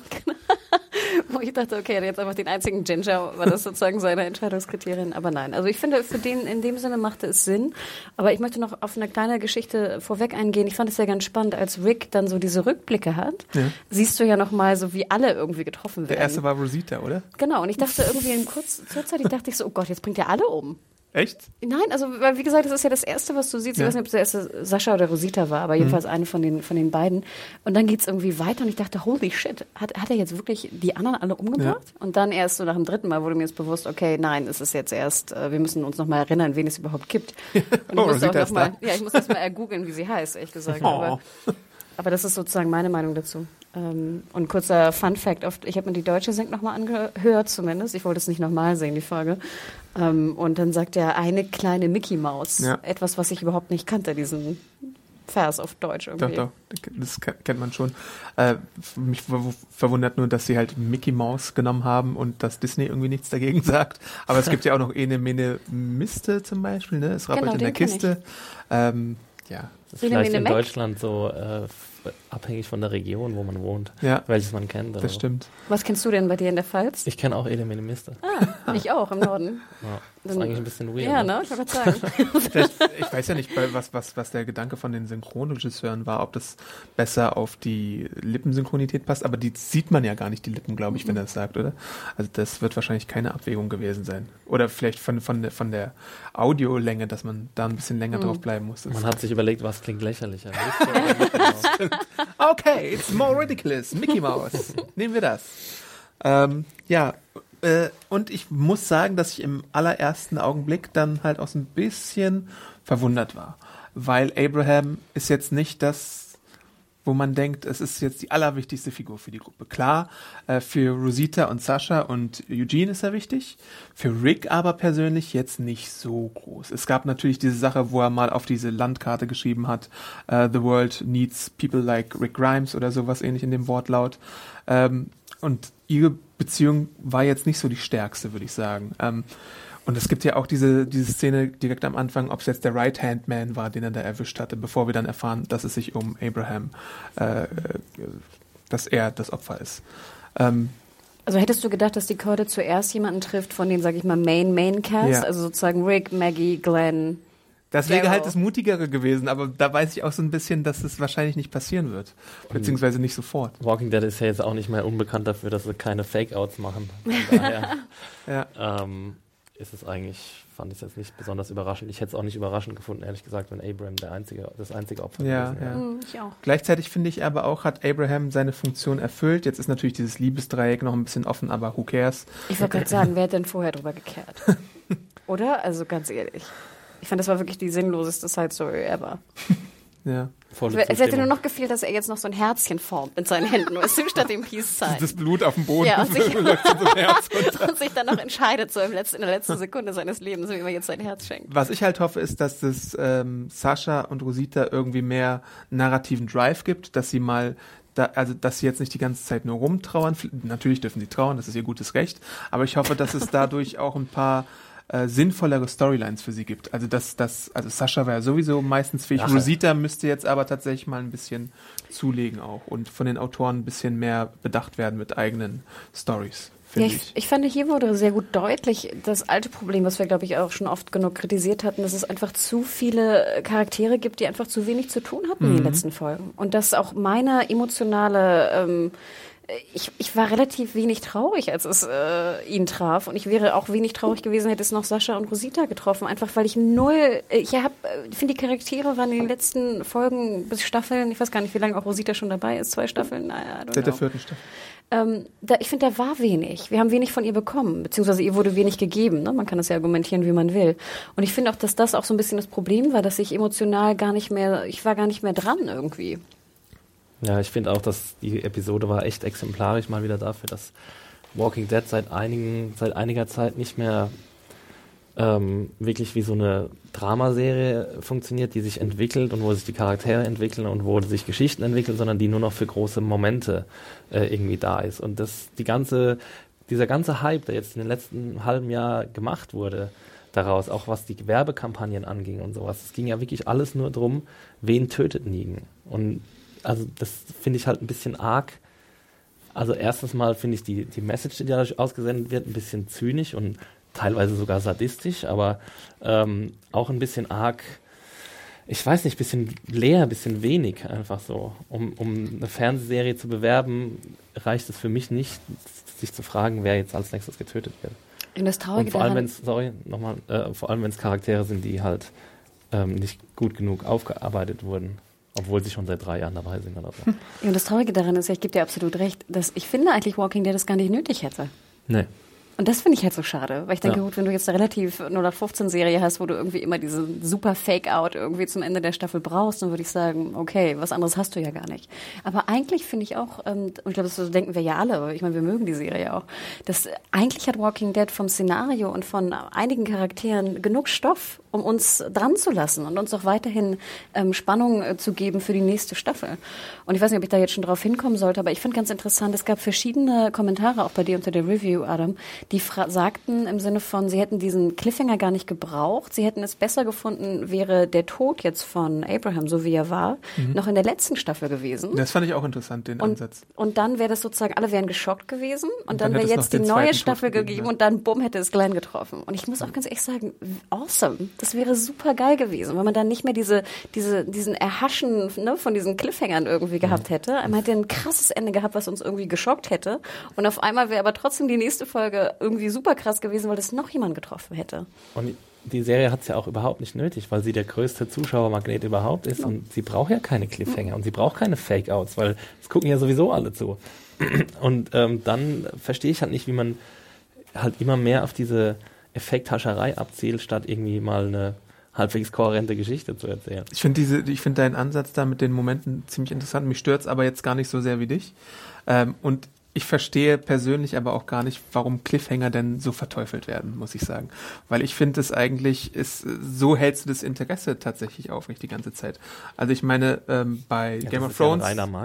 Wo ich dachte, okay, er hat jetzt einfach den einzigen Ginger, war das sozusagen seine Entscheidungskriterien. Aber nein, also ich finde, für den in dem Sinne machte es Sinn. Aber ich möchte noch auf eine kleine Geschichte vorweg eingehen. Ich fand es ja ganz spannend, als Rick dann so diese Rückblicke hat, siehst du ja noch mal so, wie alle irgendwie getroffen werden. Der erste war Rosita, oder? Genau, und ich dachte irgendwie kurzzeitig dachte ich so, oh Gott, jetzt bringt er alle um. Echt? Nein, also, weil, wie gesagt, das ist ja das Erste, was du siehst. Ich weiß nicht, ob es der erste Sascha oder Rosita war, aber jedenfalls eine von den beiden. Und dann geht's irgendwie weiter und ich dachte, holy shit, hat er jetzt wirklich die anderen alle umgebracht? Ja. Und dann erst so nach dem 3. Mal wurde mir jetzt bewusst, okay, nein, es ist jetzt erst, wir müssen uns nochmal erinnern, wen es überhaupt gibt. Und ich muss das mal ergoogeln, wie sie heißt, ehrlich gesagt. Aber das ist sozusagen meine Meinung dazu. Und kurzer Fun-Fact, ich habe mir die deutsche Sync nochmal angehört zumindest. Ich wollte es nicht nochmal sehen, die Folge. Und dann sagt er, eine kleine Mickey-Maus. Ja. Etwas, was ich überhaupt nicht kannte, diesen Vers auf Deutsch irgendwie. Doch, das kennt man schon. Mich verwundert nur, dass sie halt Mickey Mouse genommen haben und dass Disney irgendwie nichts dagegen sagt. Aber es gibt ja auch noch Ene Mene Miste zum Beispiel, ne? Es rappelt in der Kiste. Ja, Das ist vielleicht in Deutschland so abhängig von der Region, wo man wohnt, welches man kennt. Das stimmt. Was kennst du denn bei dir in der Pfalz? Ich kenne auch Ede Minimiste. Ich auch, im Norden. Ja, das ist eigentlich ein bisschen weird. Ja, ne? Ich wollte gerade sagen. Ich weiß ja nicht, was der Gedanke von den Synchronregisseuren war, ob das besser auf die Lippensynchronität passt, aber die sieht man ja gar nicht, die Lippen, glaube ich, wenn er das sagt, oder? Also das wird wahrscheinlich keine Abwägung gewesen sein. Oder vielleicht von der Audiolänge, dass man da ein bisschen länger drauf bleiben muss. Man hat sich überlegt, was klingt lächerlicher. Okay, it's more ridiculous. Mickey Mouse. Nehmen wir das. Und ich muss sagen, dass ich im allerersten Augenblick dann halt auch so ein bisschen verwundert war. Weil Abraham ist jetzt nicht das, wo man denkt, es ist jetzt die allerwichtigste Figur für die Gruppe. Klar, für Rosita und Sasha und Eugene ist er wichtig, für Rick aber persönlich jetzt nicht so groß. Es gab natürlich diese Sache, wo er mal auf diese Landkarte geschrieben hat, The world needs people like Rick Grimes oder sowas ähnlich in dem Wortlaut. Und ihre Beziehung war jetzt nicht so die stärkste, würde ich sagen. Und es gibt ja auch diese Szene direkt am Anfang, ob es jetzt der Right-Hand-Man war, den er da erwischt hatte, bevor wir dann erfahren, dass es sich um Abraham, dass er das Opfer ist. Also hättest du gedacht, dass die Corde zuerst jemanden trifft von den, sag ich mal, Main-Cast, also sozusagen Rick, Maggie, Glenn. Das wäre halt das Mutigere gewesen, aber da weiß ich auch so ein bisschen, dass es wahrscheinlich nicht passieren wird. Beziehungsweise nicht sofort. Walking Dead ist ja jetzt auch nicht mehr unbekannt dafür, dass sie keine Fake-Outs machen. Von daher ist es eigentlich, fand ich es jetzt nicht besonders überraschend. Ich hätte es auch nicht überraschend gefunden, ehrlich gesagt, wenn Abraham das einzige Opfer gewesen wäre. Ich auch. Gleichzeitig finde ich aber auch, hat Abraham seine Funktion erfüllt. Jetzt ist natürlich dieses Liebesdreieck noch ein bisschen offen, aber who cares? Ich wollte gerade sagen, wer hat denn vorher drüber gekehrt? Oder? Also ganz ehrlich. Ich fand, das war wirklich die sinnloseste Side-Story ever. Ja. Es hätte nur noch gefehlt, dass er jetzt noch so ein Herzchen formt mit seinen Händen, statt dem Peace-Sign. Das Blut auf dem Boden. Ja, und sich dann noch entscheidet, so in der letzten Sekunde seines Lebens, wie man jetzt sein Herz schenkt. Was ich halt hoffe, ist, dass es Sasha und Rosita irgendwie mehr narrativen Drive gibt, dass sie mal dass sie jetzt nicht die ganze Zeit nur rumtrauern. Natürlich dürfen sie trauern, das ist ihr gutes Recht, aber ich hoffe, dass es dadurch auch ein paar sinnvollere Storylines für sie gibt. Also also Sasha war ja sowieso meistens fähig. Rosita müsste jetzt aber tatsächlich mal ein bisschen zulegen auch und von den Autoren ein bisschen mehr bedacht werden mit eigenen Storys. Ich fand, hier wurde sehr gut deutlich das alte Problem, was wir, glaube ich, auch schon oft genug kritisiert hatten, dass es einfach zu viele Charaktere gibt, die einfach zu wenig zu tun hatten in den letzten Folgen. Und dass auch meine emotionale ich war relativ wenig traurig, als es ihn traf. Und ich wäre auch wenig traurig gewesen, hätte es noch Sasha und Rosita getroffen. Einfach, weil ich finde, die Charaktere waren in den letzten Folgen bis Staffeln, ich weiß gar nicht, wie lange auch Rosita schon dabei ist, 2 Staffeln? Seit der 4. Staffel. Ich finde, da war wenig. Wir haben wenig von ihr bekommen, beziehungsweise ihr wurde wenig gegeben. Ne? Man kann das ja argumentieren, wie man will. Und ich finde auch, dass das auch so ein bisschen das Problem war, dass ich emotional ich war gar nicht mehr dran irgendwie. Ja, ich finde auch, dass die Episode war echt exemplarisch mal wieder dafür, dass Walking Dead seit einiger Zeit nicht mehr wirklich wie so eine Dramaserie funktioniert, die sich entwickelt und wo sich die Charaktere entwickeln und wo sich Geschichten entwickeln, sondern die nur noch für große Momente irgendwie da ist. Und dieser ganze Hype, der jetzt in den letzten halben Jahr gemacht wurde, daraus, auch was die Werbekampagnen anging und sowas, es ging ja wirklich alles nur darum, wen tötet Negan. Und also das finde ich halt ein bisschen arg. Also erstens mal finde ich die Message, die dadurch ausgesendet wird, ein bisschen zynisch und teilweise sogar sadistisch, aber auch ein bisschen arg, ich weiß nicht, ein bisschen leer, ein bisschen wenig einfach so. Um eine Fernsehserie zu bewerben, reicht es für mich nicht, sich zu fragen, wer jetzt als nächstes getötet wird. Und das Traurige und vor allem, wenn es Charaktere sind, die halt nicht gut genug aufgearbeitet wurden. Obwohl sie schon seit 3 Jahren dabei sind oder so. Und das Traurige daran ist, ich gebe dir absolut recht, dass ich finde eigentlich Walking Dead das gar nicht nötig hätte. Nee. Und das finde ich halt so schade, weil ich denke, gut, wenn du jetzt eine relativ 0815-Serie hast, wo du irgendwie immer diese super Fake-Out irgendwie zum Ende der Staffel brauchst, dann würde ich sagen, okay, was anderes hast du ja gar nicht. Aber eigentlich finde ich auch, und ich glaube, das denken wir ja alle, ich meine, wir mögen die Serie auch, dass eigentlich hat Walking Dead vom Szenario und von einigen Charakteren genug Stoff, um uns dran zu lassen und uns auch weiterhin Spannung zu geben für die nächste Staffel. Und ich weiß nicht, ob ich da jetzt schon drauf hinkommen sollte, aber ich fand ganz interessant, es gab verschiedene Kommentare auch bei dir unter der Review, Adam, die sagten im Sinne von, sie hätten diesen Cliffhanger gar nicht gebraucht. Sie hätten es besser gefunden, wäre der Tod jetzt von Abraham, so wie er war, noch in der letzten Staffel gewesen. Das fand ich auch interessant, den Ansatz. Und dann wäre das sozusagen, alle wären geschockt gewesen und dann wäre jetzt die neue Staffel gegeben und dann bumm, hätte es Glenn getroffen. Und ich muss auch ganz ehrlich sagen, awesome. Das wäre super geil gewesen, weil man dann nicht mehr diesen Erhaschen, ne, von diesen Cliffhangern irgendwie gehabt hätte. Man hätte ein krasses Ende gehabt, was uns irgendwie geschockt hätte. Und auf einmal wäre aber trotzdem die nächste Folge irgendwie super krass gewesen, weil es noch jemand getroffen hätte. Und die Serie hat es ja auch überhaupt nicht nötig, weil sie der größte Zuschauermagnet überhaupt ist und sie braucht ja keine Cliffhanger und sie braucht keine Fake-Outs, weil es gucken ja sowieso alle zu. Und dann verstehe ich halt nicht, wie man halt immer mehr auf diese Effekthascherei abzielt, statt irgendwie mal eine halbwegs kohärente Geschichte zu erzählen. Ich finde deinen Ansatz da mit den Momenten ziemlich interessant. Mich stört's aber jetzt gar nicht so sehr wie dich. Und ich verstehe persönlich aber auch gar nicht, warum Cliffhanger denn so verteufelt werden, muss ich sagen. Weil ich finde es eigentlich, so hältst du das Interesse tatsächlich aufrecht die ganze Zeit. Also ich meine, bei Game of Thrones,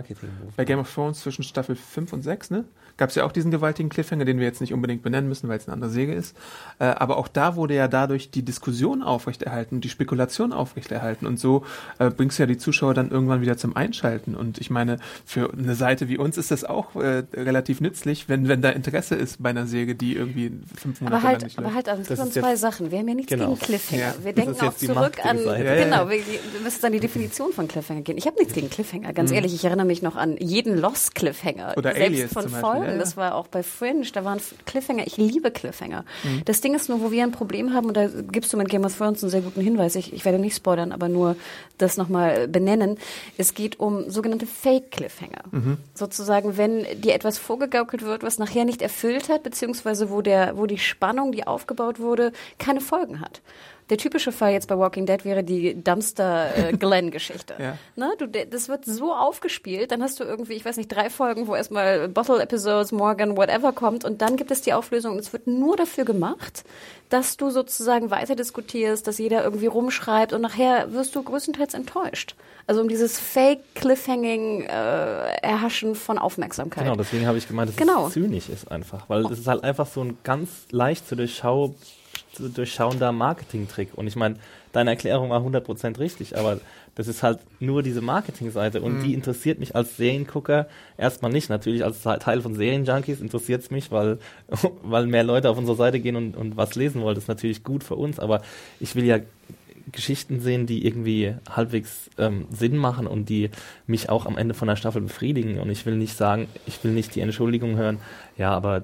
bei Game of Thrones zwischen Staffel 5 und 6, ne, gab es ja auch diesen gewaltigen Cliffhanger, den wir jetzt nicht unbedingt benennen müssen, weil es eine andere Serie ist. Aber auch da wurde ja dadurch die Diskussion aufrechterhalten, die Spekulation aufrechterhalten und so bringst du ja die Zuschauer dann irgendwann wieder zum Einschalten. Und ich meine, für eine Seite wie uns ist das auch relativ nützlich, wenn da Interesse ist bei einer Serie, die irgendwie 5 Monate lang nicht läuft. Aber halt, es sind zwei Sachen. Wir haben ja nichts gegen Cliffhanger. Ja, wir denken auch zurück an, genau, wir müssen an die Definition von Cliffhanger gehen. Ich habe nichts gegen Cliffhanger, ganz ehrlich. Ich erinnere mich noch an jeden Lost-Cliffhanger. Oder selbst Alias von zum Folgen. Beispiel. Das war auch bei Fringe, da waren Cliffhanger. Ich liebe Cliffhanger. Das Ding ist nur, wo wir ein Problem haben, und da gibst du mit Game of Thrones einen sehr guten Hinweis. Ich werde nicht spoilern, aber nur das nochmal benennen. Es geht um sogenannte Fake-Cliffhanger. Sozusagen, wenn dir etwas vorgegaukelt wird, was nachher nicht erfüllt hat, beziehungsweise wo die Spannung, die aufgebaut wurde, keine Folgen hat. Der typische Fall jetzt bei Walking Dead wäre die Dumpster-Glenn-Geschichte. Ja. Ne? Das wird so aufgespielt, dann hast du irgendwie, ich weiß nicht, 3 Folgen, wo erstmal Bottle-Episodes, Morgan, whatever kommt und dann gibt es die Auflösung und es wird nur dafür gemacht, dass du sozusagen weiter diskutierst, dass jeder irgendwie rumschreibt und nachher wirst du größtenteils enttäuscht. Also um dieses Fake-Cliffhanging Erhaschen von Aufmerksamkeit. Genau, deswegen habe ich gemeint, dass es zynisch ist einfach, weil es ist halt einfach so ein ganz leicht zu durchschauender Marketing-Trick. Und ich meine, deine Erklärung war 100% richtig, aber das ist halt nur diese Marketingseite und die interessiert mich als Seriengucker erstmal nicht. Natürlich als Teil von Serienjunkies interessiert es mich, weil mehr Leute auf unsere Seite gehen und was lesen wollen. Das ist natürlich gut für uns, aber ich will ja Geschichten sehen, die irgendwie halbwegs Sinn machen und die mich auch am Ende von der Staffel befriedigen. Und ich will nicht die Entschuldigung hören, ja, aber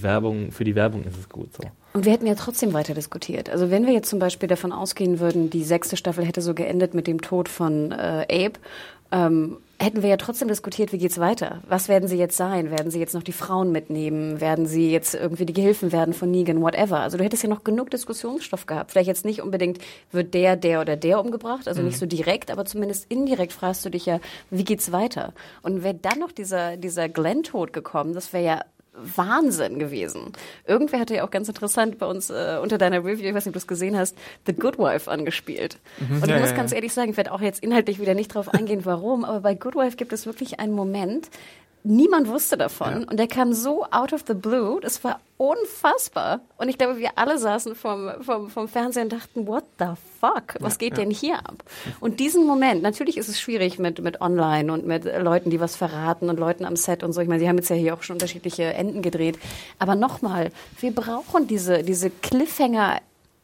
für die Werbung ist es gut so. Und wir hätten ja trotzdem weiter diskutiert. Also wenn wir jetzt zum Beispiel davon ausgehen würden, die 6. Staffel hätte so geendet mit dem Tod von Abe, hätten wir ja trotzdem diskutiert, wie geht's weiter? Was werden sie jetzt sein? Werden sie jetzt noch die Frauen mitnehmen? Werden sie jetzt irgendwie die Gehilfen werden von Negan? Whatever. Also du hättest ja noch genug Diskussionsstoff gehabt. Vielleicht jetzt nicht unbedingt, wird der oder der umgebracht, also nicht so direkt, aber zumindest indirekt fragst du dich ja, wie geht's weiter? Und wäre dann noch dieser Glenn-Tod gekommen, das wäre ja Wahnsinn gewesen. Irgendwer hatte ja auch ganz interessant bei uns unter deiner Review, ich weiß nicht, ob du es gesehen hast, The Good Wife angespielt. Und ich muss ganz ehrlich sagen, ich werde auch jetzt inhaltlich wieder nicht drauf eingehen, warum, aber bei Good Wife gibt es wirklich einen Moment, niemand wusste davon und der kam so out of the blue, das war unfassbar. Und ich glaube, wir alle saßen vom Fernseher und dachten, what the fuck, was geht denn hier ab? Und diesen Moment, natürlich ist es schwierig mit Online und mit Leuten, die was verraten und Leuten am Set und so. Ich meine, sie haben jetzt ja hier auch schon unterschiedliche Enden gedreht. Aber nochmal, wir brauchen diese Cliffhanger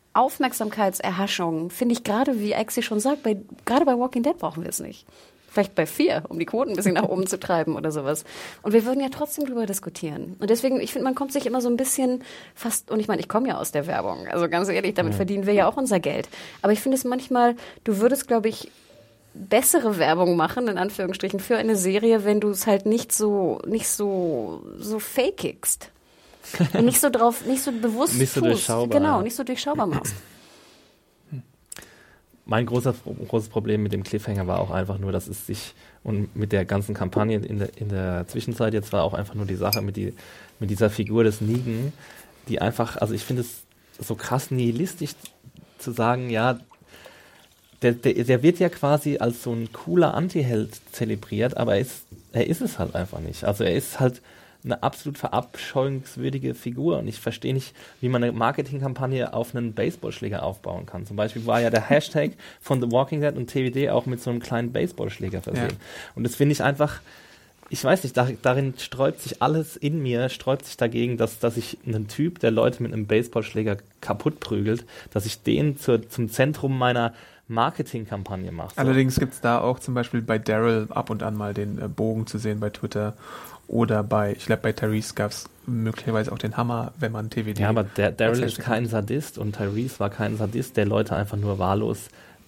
Aufmerksamkeitserhaschung, finde ich gerade, wie Axi schon sagt, gerade bei Walking Dead brauchen wir es nicht. Vielleicht bei 4, um die Quoten ein bisschen nach oben zu treiben oder sowas. Und wir würden ja trotzdem drüber diskutieren. Und deswegen, ich finde, man kommt sich immer so ein bisschen fast, und ich meine, ich komme ja aus der Werbung, also ganz ehrlich, damit verdienen wir ja auch unser Geld. Aber ich finde es manchmal, du würdest, glaube ich, bessere Werbung machen, in Anführungsstrichen, für eine Serie, wenn du es halt nicht so fakigst. Und nicht so bewusst nicht so tust. durchschaubar. Genau, nicht so durchschaubar machst. Mein großes Problem mit dem Cliffhanger war auch einfach nur, dass es sich und mit der ganzen Kampagne in der Zwischenzeit jetzt war auch einfach nur die Sache mit dieser Figur des Negan, die einfach, also ich finde es so krass nihilistisch zu sagen, ja, der wird ja quasi als so ein cooler Antiheld zelebriert, aber er ist es halt einfach nicht. Also er ist halt eine absolut verabscheuungswürdige Figur und ich verstehe nicht, wie man eine Marketingkampagne auf einen Baseballschläger aufbauen kann. Zum Beispiel war ja der Hashtag von The Walking Dead und TWD auch mit so einem kleinen Baseballschläger versehen. Ja. Und das finde ich einfach, ich weiß nicht, darin sträubt sich alles in mir, sträubt sich dagegen, dass ich einen Typ, der Leute mit einem Baseballschläger kaputt prügelt, dass ich den zum Zentrum meiner Marketingkampagne mache. So. Allerdings gibt es da auch zum Beispiel bei Daryl ab und an mal den Bogen zu sehen bei Twitter. Oder ich glaube, bei Tyrese gab es möglicherweise auch den Hammer, wenn man TWD... Ja, aber Daryl ist kein Sadist und Tyrese war kein Sadist, der Leute einfach nur wahllos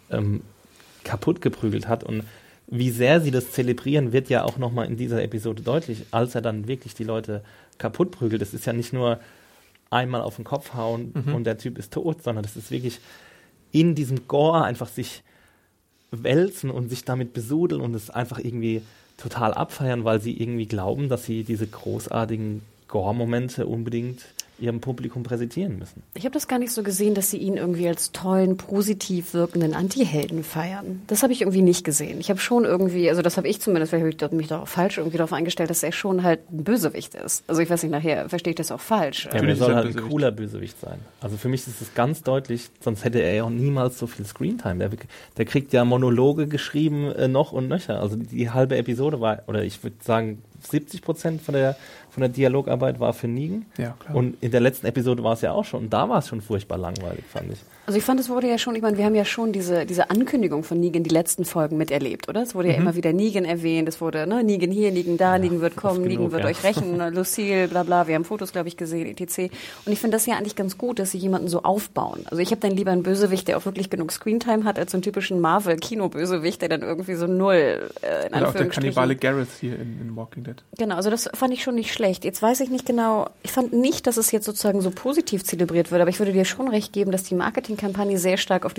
kaputt geprügelt hat. Und wie sehr sie das zelebrieren, wird ja auch nochmal in dieser Episode deutlich, als er dann wirklich die Leute kaputt prügelt. Es ist ja nicht nur einmal auf den Kopf hauen und der Typ ist tot, sondern das ist wirklich in diesem Gore einfach sich wälzen und sich damit besudeln und es einfach irgendwie total abfeiern, weil sie irgendwie glauben, dass sie diese großartigen Gore-Momente unbedingt ihrem Publikum präsentieren müssen. Ich habe das gar nicht so gesehen, dass sie ihn irgendwie als tollen, positiv wirkenden Anti-Helden feiern. Das habe ich irgendwie nicht gesehen. Ich habe schon irgendwie, also das habe ich zumindest, vielleicht habe ich mich da auch falsch irgendwie darauf eingestellt, dass er schon halt ein Bösewicht ist. Also ich weiß nicht, nachher verstehe ich das auch falsch. Ja, er soll halt ein cooler Bösewicht sein. Also für mich ist es ganz deutlich, sonst hätte er ja auch niemals so viel Screentime. Der kriegt ja Monologe geschrieben noch und nöcher. Also die halbe Episode war, oder ich würde sagen 70% von der Dialogarbeit war für Negan. Ja, klar. Und in der letzten Episode war es ja auch schon. Und da war es schon furchtbar langweilig, fand ich. Also ich fand, es wurde ja schon, ich meine, wir haben ja schon diese Ankündigung von Negan die letzten Folgen miterlebt, oder? Es wurde ja immer wieder Negan erwähnt. Es wurde, Negan hier, Negan da, Negan wird kommen, Negan wird euch rächen, Lucille, bla bla. Wir haben Fotos, glaube ich, gesehen, etc. Und ich finde das ja eigentlich ganz gut, dass sie jemanden so aufbauen. Also ich habe dann lieber einen Bösewicht, der auch wirklich genug Screentime hat, als so einen typischen Marvel-Kino-Bösewicht, der dann irgendwie so null, in Oder auch der Kannibale Gareth hier in Walking Dead. Genau, also das fand ich schon nicht schlecht. Jetzt weiß ich nicht genau, ich fand nicht, dass es jetzt sozusagen so positiv zelebriert wird, aber ich würde dir schon recht geben, dass die Marketingkampagne sehr stark auf die...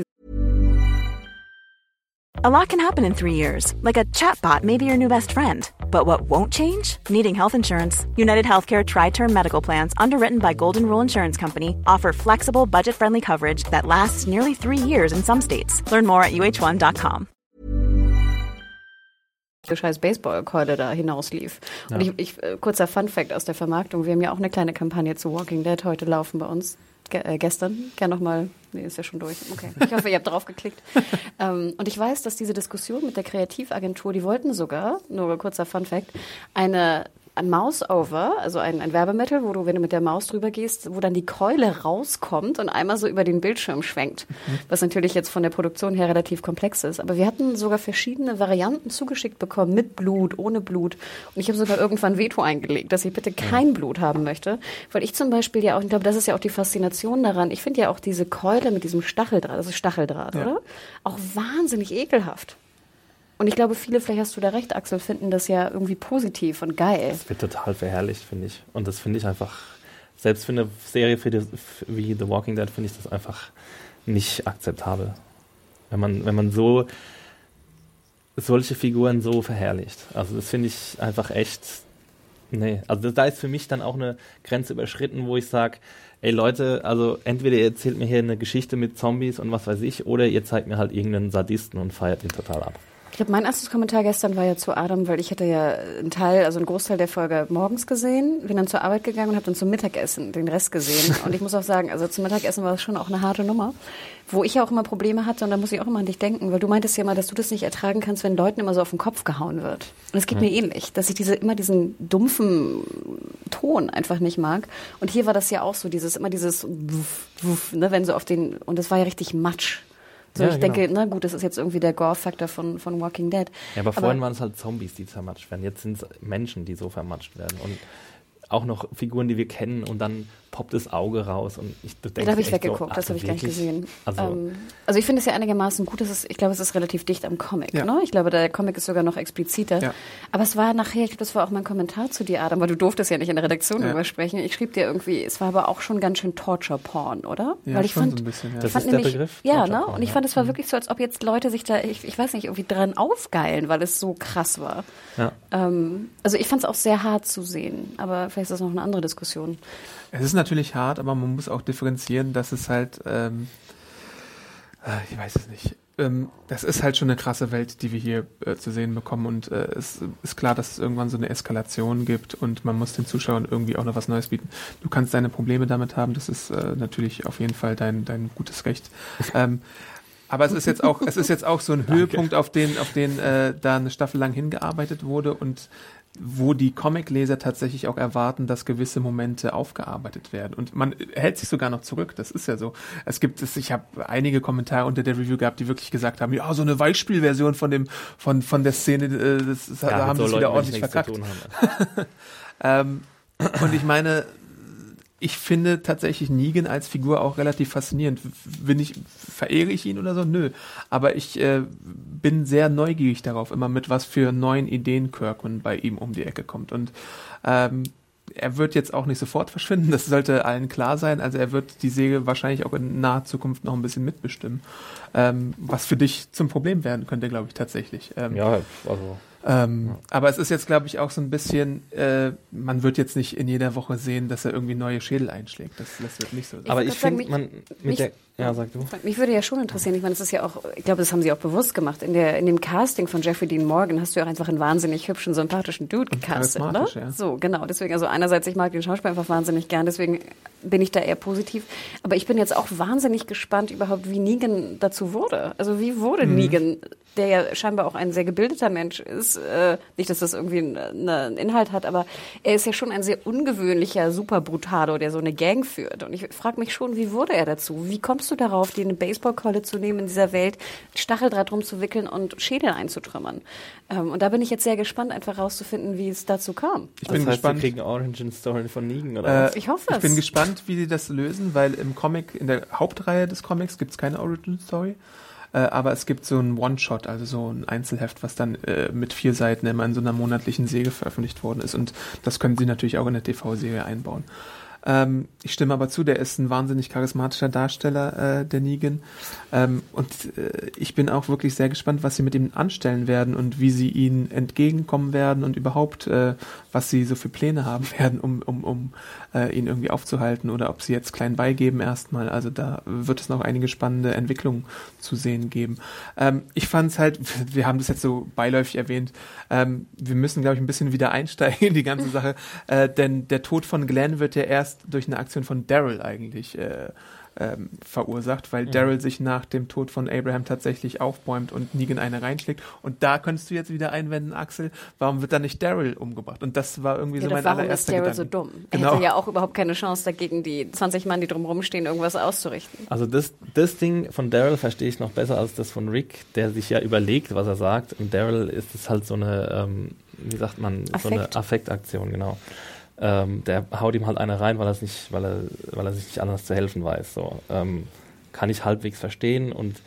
A lot can happen in 3 years, like a chatbot may be your new best friend. But what won't change? Needing health insurance. United Healthcare Tri-Term Medical Plans, underwritten by Golden Rule Insurance Company, offer flexible, budget-friendly coverage that lasts nearly 3 years in some states. Learn more at uh1.com. scheiß Baseballkeule da hinauslief. Ja. Und ich kurzer Funfact aus der Vermarktung, wir haben ja auch eine kleine Kampagne zu Walking Dead heute laufen bei uns. Gestern. Gerne nochmal, nee, ist ja schon durch. Okay, ich hoffe, ihr habt drauf geklickt. Und ich weiß, dass diese Diskussion mit der Kreativagentur, die wollten sogar, nur ein kurzer Funfact, ein Mouse-Over, also ein Werbemittel, wo du, wenn du mit der Maus drüber gehst, wo dann die Keule rauskommt und einmal so über den Bildschirm schwenkt. Was natürlich jetzt von der Produktion her relativ komplex ist. Aber wir hatten sogar verschiedene Varianten zugeschickt bekommen, mit Blut, ohne Blut. Und ich habe sogar irgendwann Veto eingelegt, dass ich bitte kein Blut haben möchte. Weil ich zum Beispiel ja auch, ich glaube, das ist ja auch die Faszination daran, ich finde ja auch diese Keule mit diesem Stacheldraht, das ist Stacheldraht, oder? Auch wahnsinnig ekelhaft. Und ich glaube, viele, vielleicht hast du da recht, Axel, finden das ja irgendwie positiv und geil. Das wird total verherrlicht, finde ich. Und das finde ich einfach, selbst für eine Serie wie The Walking Dead, finde ich das einfach nicht akzeptabel. Wenn man solche Figuren so verherrlicht. Also das finde ich einfach echt, nee. Also da ist für mich dann auch eine Grenze überschritten, wo ich sage, ey Leute, also entweder ihr erzählt mir hier eine Geschichte mit Zombies und was weiß ich, oder ihr zeigt mir halt irgendeinen Sadisten und feiert ihn total ab. Ich glaube, mein erstes Kommentar gestern war ja zu Adam, weil ich hatte ja einen Großteil der Folge morgens gesehen, bin dann zur Arbeit gegangen und habe dann zum Mittagessen den Rest gesehen. Und ich muss auch sagen, also zum Mittagessen war das schon auch eine harte Nummer, wo ich ja auch immer Probleme hatte und da muss ich auch immer an dich denken, weil du meintest ja mal, dass du das nicht ertragen kannst, wenn Leuten immer so auf den Kopf gehauen wird. Und es geht mir ähnlich, dass ich immer diesen dumpfen Ton einfach nicht mag. Und hier war das ja auch so, dieses Wuff, Wuff, ne, wenn so auf den, und das war ja richtig Matsch. So, ja, ich denke, na gut, das ist jetzt irgendwie der Gore-Faktor von Walking Dead. Ja, aber vorhin waren es halt Zombies, die zermatscht werden. Jetzt sind es Menschen, die so vermatscht werden. Und auch noch Figuren, die wir kennen und dann poppt das Auge raus. Und da habe ich weggeguckt, das habe ich gar nicht gesehen. Also ich finde es ja einigermaßen gut, ich glaube, es ist relativ dicht am Comic. Ja. Ne? Ich glaube, der Comic ist sogar noch expliziter. Ja. Aber es war nachher, ich glaube, das war auch mein Kommentar zu dir, Adam, weil du durftest ja nicht in der Redaktion drüber sprechen. Ich schrieb dir irgendwie, es war aber auch schon ganz schön Torture-Porn, oder? Ja, weil ich fand, so ein bisschen, ja. Das ist der Begriff? Ja, ne? Und ich fand, es war wirklich so, als ob jetzt Leute sich da, ich weiß nicht, irgendwie dran aufgeilen, weil es so krass war. Ja. Also ich fand es auch sehr hart zu sehen, aber vielleicht ist das noch eine andere Diskussion. Es ist natürlich hart, aber man muss auch differenzieren, dass es halt Ich weiß es nicht. Das ist halt schon eine krasse Welt, die wir hier zu sehen bekommen und es ist klar, dass es irgendwann so eine Eskalation gibt und man muss den Zuschauern irgendwie auch noch was Neues bieten. Du kannst deine Probleme damit haben, das ist natürlich auf jeden Fall dein gutes Recht. Aber es ist jetzt auch so ein Höhepunkt, auf den da eine Staffel lang hingearbeitet wurde und wo die Comicleser tatsächlich auch erwarten, dass gewisse Momente aufgearbeitet werden. Und man hält sich sogar noch zurück, das ist ja so. Ich habe einige Kommentare unter der Review gehabt, die wirklich gesagt haben, ja, so eine Weichspielversion von der Szene, da haben sie es wieder ordentlich verkackt. Und ich meine, ich finde tatsächlich Negan als Figur auch relativ faszinierend. Verehre ich ihn oder so? Nö. Aber ich bin sehr neugierig darauf, immer mit was für neuen Ideen Kirkman bei ihm um die Ecke kommt. Und er wird jetzt auch nicht sofort verschwinden, das sollte allen klar sein. Also er wird die Serie wahrscheinlich auch in naher Zukunft noch ein bisschen mitbestimmen. Was für dich zum Problem werden könnte, glaube ich, tatsächlich. Aber es ist jetzt, glaube ich, auch so ein bisschen, man wird jetzt nicht in jeder Woche sehen, dass er irgendwie neue Schädel einschlägt. Das wird nicht so sein. Aber ich finde, sag du. Mich würde ja schon interessieren, ich meine, das ist ja auch, ich glaube, das haben sie auch bewusst gemacht. In dem Casting von Jeffrey Dean Morgan hast du ja auch einfach einen wahnsinnig hübschen, sympathischen Dude gecastet, oder? Ja. So, genau. Deswegen, also einerseits, ich mag den Schauspieler einfach wahnsinnig gern, deswegen bin ich da eher positiv. Aber ich bin jetzt auch wahnsinnig gespannt überhaupt, wie Negan dazu wurde. Also wie wurde Negan, der ja scheinbar auch ein sehr gebildeter Mensch ist, nicht, dass das irgendwie einen Inhalt hat, aber er ist ja schon ein sehr ungewöhnlicher Super Brutado, der so eine Gang führt. Und ich frage mich schon, wie wurde er dazu? Wie kommst du darauf, dir eine Baseballkeule zu nehmen in dieser Welt, Stacheldraht rumzuwickeln und Schädel einzutrümmern? Und da bin ich jetzt sehr gespannt, einfach rauszufinden, wie es dazu kam. Ich bin gespannt. Wir kriegen Origin-Story von Negan, oder was? Ich hoffe es. Ich bin gespannt, wie die das lösen, weil im Comic, in der Hauptreihe des Comics gibt es keine Origin-Story. Aber es gibt so ein One-Shot, also so ein Einzelheft, was dann mit 4 Seiten immer in so einer monatlichen Serie veröffentlicht worden ist. Und das können sie natürlich auch in der TV-Serie einbauen. Ich stimme aber zu, der ist ein wahnsinnig charismatischer Darsteller, der Negan. Und ich bin auch wirklich sehr gespannt, was sie mit ihm anstellen werden und wie sie ihm entgegenkommen werden und überhaupt, was sie so für Pläne haben werden, um ihn irgendwie aufzuhalten oder ob sie jetzt klein beigeben erstmal. Also da wird es noch einige spannende Entwicklungen zu sehen geben. Ich fand es halt, wir haben das jetzt so beiläufig erwähnt, wir müssen, glaube ich, ein bisschen wieder einsteigen in die ganze Sache, denn der Tod von Glenn wird ja erst durch eine Aktion von Daryl eigentlich verursacht, weil Daryl sich nach dem Tod von Abraham tatsächlich aufbäumt und Negan eine reinschlägt. Und da könntest du jetzt wieder einwenden, Axel, warum wird dann nicht Daryl umgebracht? Und das war irgendwie so mein allererster Gedanke. Warum ist Daryl so dumm? Er hätte ja auch überhaupt keine Chance dagegen, die 20 Mann, die drumherum stehen, irgendwas auszurichten. Also das Ding von Daryl verstehe ich noch besser als das von Rick, der sich ja überlegt, was er sagt. Und Daryl ist es halt so eine, wie sagt man, so eine Affektaktion, genau. Der haut ihm halt eine rein, weil er sich nicht anders zu helfen weiß. So, kann ich halbwegs verstehen. Und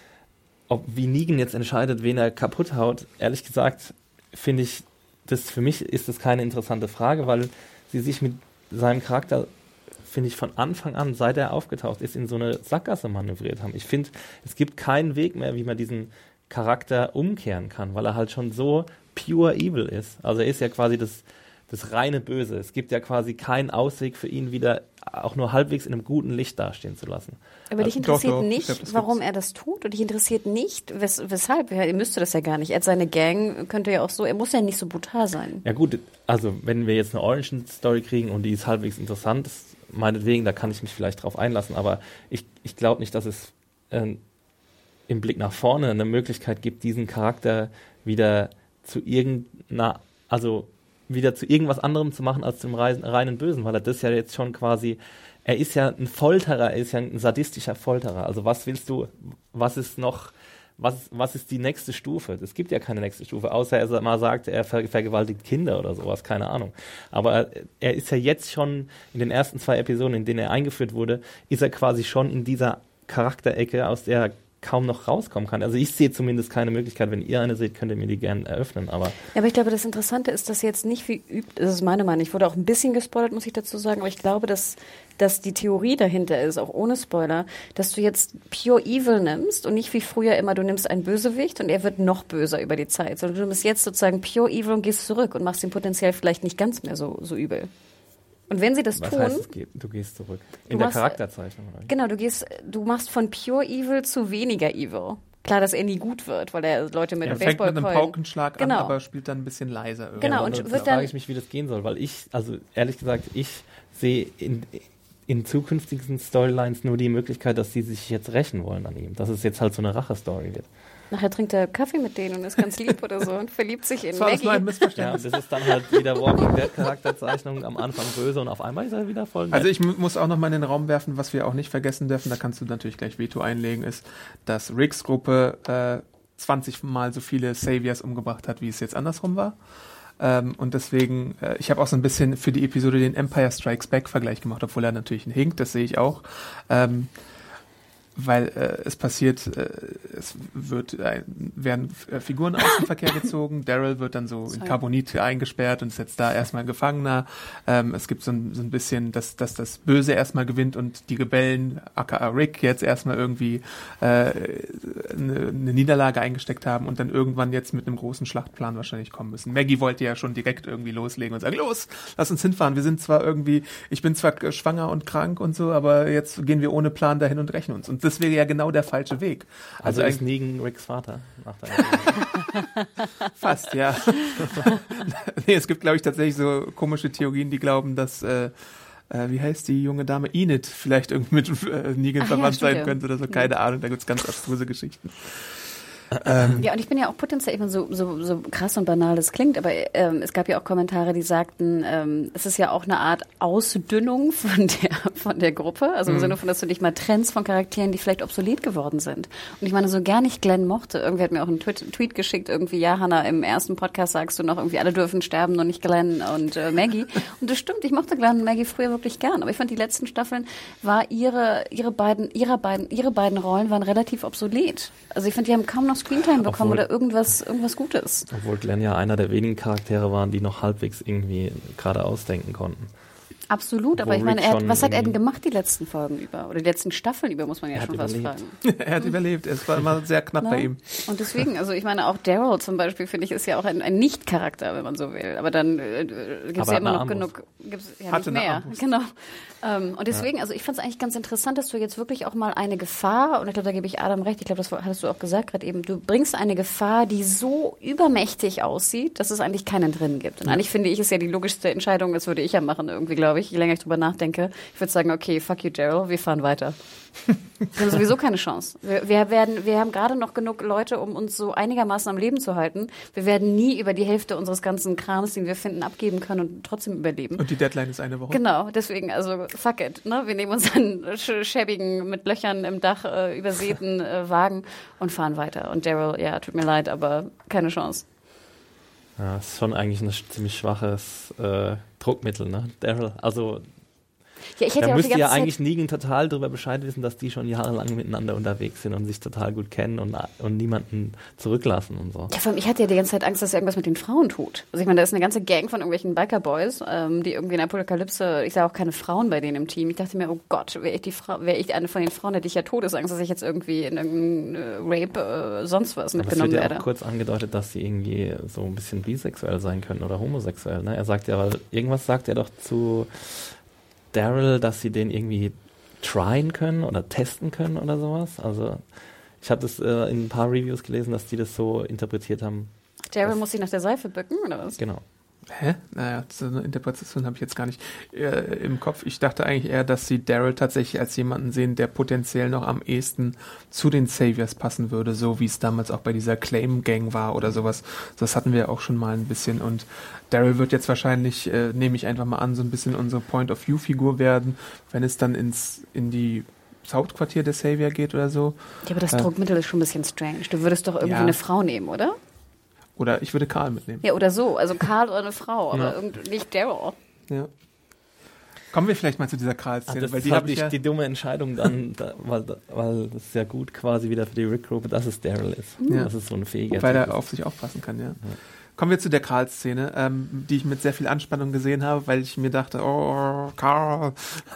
wie Negan jetzt entscheidet, wen er kaputt haut, ehrlich gesagt, finde ich, für mich ist das keine interessante Frage, weil sie sich mit seinem Charakter, finde ich, von Anfang an, seit er aufgetaucht ist, in so eine Sackgasse manövriert haben. Ich finde, es gibt keinen Weg mehr, wie man diesen Charakter umkehren kann, weil er halt schon so pure evil ist. Also er ist ja quasi das reine Böse. Es gibt ja quasi keinen Ausweg für ihn, wieder auch nur halbwegs in einem guten Licht dastehen zu lassen. Aber dich interessiert nicht, warum er das tut? Und dich interessiert nicht, weshalb? Er müsste das ja gar nicht. Er hat seine Gang, könnte ja auch so, er muss ja nicht so brutal sein. Ja gut, also wenn wir jetzt eine Origin-Story kriegen und die ist halbwegs interessant, meinetwegen, da kann ich mich vielleicht drauf einlassen, aber ich glaube nicht, dass es im Blick nach vorne eine Möglichkeit gibt, diesen Charakter wieder zu irgendwas anderem zu machen als zum reinen Bösen, weil er das ja jetzt schon quasi, er ist ja ein Folterer, er ist ja ein sadistischer Folterer. Also was willst du, was ist die nächste Stufe? Es gibt ja keine nächste Stufe, außer er mal sagt, er vergewaltigt Kinder oder sowas, keine Ahnung. Aber er ist ja jetzt schon in den ersten 2 Episoden, in denen er eingeführt wurde, ist er quasi schon in dieser Charakterecke, aus der er kaum noch rauskommen kann. Also ich sehe zumindest keine Möglichkeit. Wenn ihr eine seht, könnt ihr mir die gerne eröffnen. Aber ich glaube, das Interessante ist, dass jetzt nicht wie übt, das ist meine Meinung, ich wurde auch ein bisschen gespoilert, muss ich dazu sagen, aber ich glaube, dass die Theorie dahinter ist, auch ohne Spoiler, dass du jetzt Pure Evil nimmst und nicht wie früher immer, du nimmst einen Bösewicht und er wird noch böser über die Zeit, sondern du nimmst jetzt sozusagen Pure Evil und gehst zurück und machst ihn potenziell vielleicht nicht ganz mehr so übel. Und wenn sie das Was tun... heißt, du gehst zurück? In der Charakterzeichnung? Oder? Genau, du machst von Pure Evil zu weniger Evil. Klar, dass er nie gut wird, weil er Leute mit Baseballkeulen... Er fängt mit einem Paukenschlag an, aber spielt dann ein bisschen leiser. Irgendwie. Genau, und und da frage ich mich, wie das gehen soll, weil also ehrlich gesagt, ich sehe in zukünftigen Storylines nur die Möglichkeit, dass sie sich jetzt rächen wollen an ihm. Dass es jetzt halt so eine Rache-Story wird. Nachher trinkt er Kaffee mit denen und ist ganz lieb oder so und verliebt sich in Das war ein Maggie. Missverständnis. Ja, das ist dann halt wieder Walking Dead Charakterzeichnung, am Anfang böse und auf einmal ist er wieder voll nett. Also ich muss auch noch mal in den Raum werfen, was wir auch nicht vergessen dürfen, da kannst du natürlich gleich Veto einlegen, ist, dass Ricks Gruppe 20 Mal so viele Saviors umgebracht hat, wie es jetzt andersrum war. Und deswegen, ich habe auch so ein bisschen für die Episode den Empire Strikes Back Vergleich gemacht, obwohl er natürlich ein hinkt, das sehe ich auch. Weil es passiert, es werden Figuren aus dem Verkehr gezogen, Daryl wird dann so in Carbonit eingesperrt und ist jetzt da erstmal Gefangener. Es gibt so ein bisschen, dass das Böse erstmal gewinnt und die Rebellen, aka Rick, jetzt erstmal irgendwie eine Niederlage eingesteckt haben und dann irgendwann jetzt mit einem großen Schlachtplan wahrscheinlich kommen müssen. Maggie wollte ja schon direkt irgendwie loslegen und sagen, los, lass uns hinfahren. Ich bin zwar schwanger und krank und so, aber jetzt gehen wir ohne Plan dahin und rächen uns. Und das wäre ja genau der falsche Weg. Also ist Negan Ricks Vater? Fast, ja. Nee, es gibt, glaube ich, tatsächlich so komische Theorien, die glauben, dass, wie heißt die junge Dame? Enid vielleicht irgendwie mit Negan verwandt sein könnte oder so. Keine Ahnung, da gibt es ganz abstruse Geschichten. Ja, und ich bin ja auch potenziell, ich meine, so krass und banal das klingt, aber es gab ja auch Kommentare, die sagten, es ist ja auch eine Art Ausdünnung von der Gruppe, also im Sinne von, dass du dich mal trennst von Charakteren, die vielleicht obsolet geworden sind. Und ich meine, so gern ich Glenn mochte, irgendwer hat mir auch einen Tweet geschickt, irgendwie, ja, Hannah, im ersten Podcast sagst du noch irgendwie, alle dürfen sterben, nur nicht Glenn und Maggie. Und das stimmt, ich mochte Glenn und Maggie früher wirklich gern, aber ich fand, die letzten Staffeln war ihre beiden Rollen waren relativ obsolet. Also ich finde, die haben kaum noch Screentime bekommen oder irgendwas Gutes. Obwohl Glenn ja einer der wenigen Charaktere waren, die noch halbwegs irgendwie gerade ausdenken konnten. Absolut, aber ich meine, was hat er denn gemacht die letzten Folgen über? Oder die letzten Staffeln über, muss man ja schon fast fragen. Er hat überlebt, es war immer sehr knapp bei ihm. Und deswegen, also ich meine, auch Daryl zum Beispiel, finde ich, ist ja auch ein Nicht-Charakter, wenn man so will. Aber dann gibt es ja immer noch genug, gibt's ja nicht mehr. Genau. Und deswegen, also ich fand es eigentlich ganz interessant, dass du jetzt wirklich auch mal eine Gefahr, und ich glaube, da gebe ich Adam recht, ich glaube, das hattest du auch gesagt gerade eben, du bringst eine Gefahr, die so übermächtig aussieht, dass es eigentlich keinen drin gibt. Und eigentlich finde ich, ist ja die logischste Entscheidung, das würde ich ja machen irgendwie, glaube ich, je länger ich drüber nachdenke. Ich würde sagen, okay, fuck you, Daryl, wir fahren weiter. Wir haben sowieso keine Chance. Wir haben gerade noch genug Leute, um uns so einigermaßen am Leben zu halten. Wir werden nie über die Hälfte unseres ganzen Krams, den wir finden, abgeben können und trotzdem überleben. Und die Deadline ist eine Woche. Genau, deswegen, also fuck it. Ne? Wir nehmen uns einen schäbigen, mit Löchern im Dach übersäten Wagen und fahren weiter. Und Daryl, ja, tut mir leid, aber keine Chance. Ja, ist schon eigentlich ein ziemlich schwaches Druckmittel, ne? Daryl, also ja, ich hätte da ja müsste ja eigentlich Negan total darüber Bescheid wissen, dass die schon jahrelang miteinander unterwegs sind und sich total gut kennen und niemanden zurücklassen und so. Ja, vor allem, ich hatte ja die ganze Zeit Angst, dass er irgendwas mit den Frauen tut. Also ich meine, da ist eine ganze Gang von irgendwelchen Biker-Boys, die irgendwie in Apokalypse, ich sah auch keine Frauen bei denen im Team. Ich dachte mir, oh Gott, wäre ich eine von den Frauen, hätte ich ja Todesangst, dass ich jetzt irgendwie in irgendein Rape sonst was mitgenommen werde. Es wird ja auch kurz angedeutet, dass sie irgendwie so ein bisschen bisexuell sein können oder homosexuell. Ne? Er sagt ja, weil irgendwas sagt er doch zu Daryl, dass sie den irgendwie tryen können oder testen können oder sowas. Also ich habe das in ein paar Reviews gelesen, dass die das so interpretiert haben. Daryl muss sich nach der Seife bücken, oder was? Genau. Hä? Naja, so eine Interpretation habe ich jetzt gar nicht im Kopf. Ich dachte eigentlich eher, dass sie Daryl tatsächlich als jemanden sehen, der potenziell noch am ehesten zu den Saviors passen würde, so wie es damals auch bei dieser Claim-Gang war oder sowas. Das hatten wir auch schon mal ein bisschen. Und Daryl wird jetzt wahrscheinlich, nehme ich einfach mal an, so ein bisschen unsere Point-of-View-Figur werden, wenn es dann in die Hauptquartier der Savior geht oder so. Ja, aber das Druckmittel ist schon ein bisschen strange. Du würdest doch irgendwie eine Frau nehmen, oder? Oder ich würde Karl mitnehmen. Ja, oder so. Also Karl oder eine Frau, aber nicht Daryl. Ja. Kommen wir vielleicht mal zu dieser Karl-Szene. Das weil ist halt die dumme Entscheidung dann, weil das ist ja gut quasi wieder für die Rick-Gruppe, dass es Daryl ist. Ja. Das ist so ein fähiger weil Typ er auf sich aufpassen kann, ja. Kommen wir zu der Karl-Szene, die ich mit sehr viel Anspannung gesehen habe, weil ich mir dachte, oh, Karl,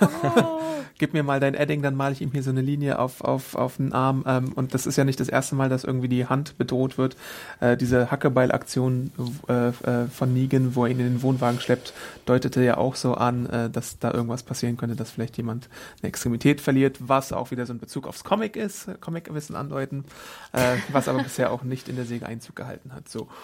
gib mir mal dein Edding, dann male ich ihm hier so eine Linie auf den Arm. Und das ist ja nicht das erste Mal, dass irgendwie die Hand bedroht wird. Diese Hackebeil-Aktion von Negan, wo er ihn in den Wohnwagen schleppt, deutete ja auch so an, dass da irgendwas passieren könnte, dass vielleicht jemand eine Extremität verliert, was auch wieder so ein Bezug aufs Comic ist, Comic-Wissen andeuten, was aber bisher auch nicht in der Säge Einzug gehalten hat. So.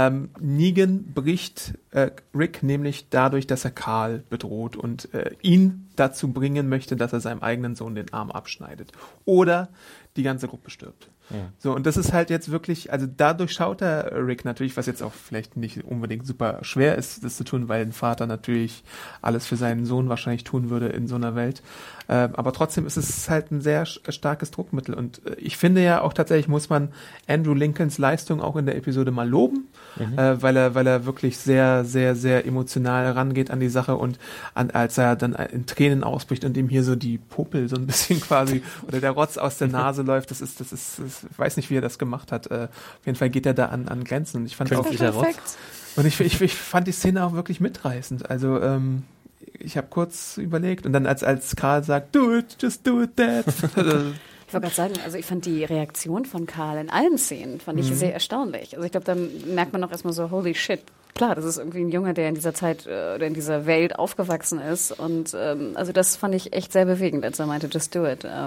Negan bricht Rick nämlich dadurch, dass er Karl bedroht und ihn dazu bringen möchte, dass er seinem eigenen Sohn den Arm abschneidet. Oder die ganze Gruppe stirbt. Ja. So, und das ist halt jetzt wirklich, also dadurch schaut er Rick natürlich, was jetzt auch vielleicht nicht unbedingt super schwer ist, das zu tun, weil ein Vater natürlich alles für seinen Sohn wahrscheinlich tun würde in so einer Welt. Aber trotzdem ist es halt ein sehr starkes Druckmittel. Und ich finde ja auch tatsächlich, muss man Andrew Lincolns Leistung auch in der Episode mal loben, weil er wirklich sehr, sehr, sehr emotional rangeht an die Sache und als er dann in Tränen ausbricht und ihm hier so die Popel so ein bisschen quasi oder der Rotz aus der Nase läuft, das ist, ich weiß nicht, wie er das gemacht hat. Auf jeden Fall geht er da an Grenzen. Und ich fand auch, und ich fand die Szene auch wirklich mitreißend. Also, ich habe kurz überlegt und dann als Karl sagt, do it, just do it, Dad. Ich wollte gerade sagen, also ich fand die Reaktion von Karl in allen Szenen, fand ich sehr erstaunlich. Also ich glaube, da merkt man auch erstmal so, holy shit. Klar, das ist irgendwie ein Junge, der in dieser Zeit oder in dieser Welt aufgewachsen ist und also das fand ich echt sehr bewegend, als er meinte, just do it.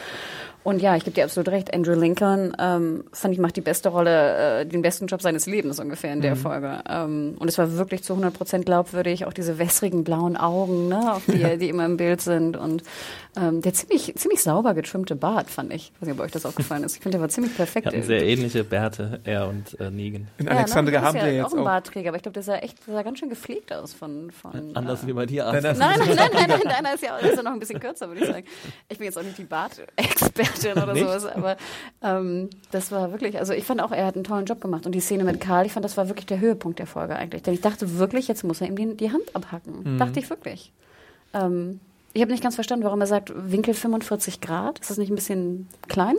Und ja, ich gebe dir absolut recht, Andrew Lincoln, fand ich, macht die beste Rolle, den besten Job seines Lebens ungefähr in der Folge. Und es war wirklich zu 100% glaubwürdig, auch diese wässrigen blauen Augen, ne, auf die immer im Bild sind und der ziemlich sauber getrimmte Bart, fand ich. Ich weiß nicht, ob euch das aufgefallen ist. Ich finde, der war ziemlich perfekt. Hatten sehr ähnliche Bärte, er und Negan. In Alexandria haben wir jetzt auch einen Bartträger, aber ich glaube, der sah ganz schön gepflegt aus von anders wie bei dir, Arzt. Nein, deiner ist ja noch ein bisschen kürzer, würde ich sagen. Ich bin jetzt auch nicht die Bart-Expertin oder sowas, aber das war wirklich, also ich fand auch, er hat einen tollen Job gemacht und die Szene mit Karl, ich fand, das war wirklich der Höhepunkt der Folge eigentlich, denn ich dachte wirklich, jetzt muss er ihm die Hand abhacken. Dachte ich wirklich. Ich habe nicht ganz verstanden, warum er sagt, Winkel 45 Grad. Ist das nicht ein bisschen klein?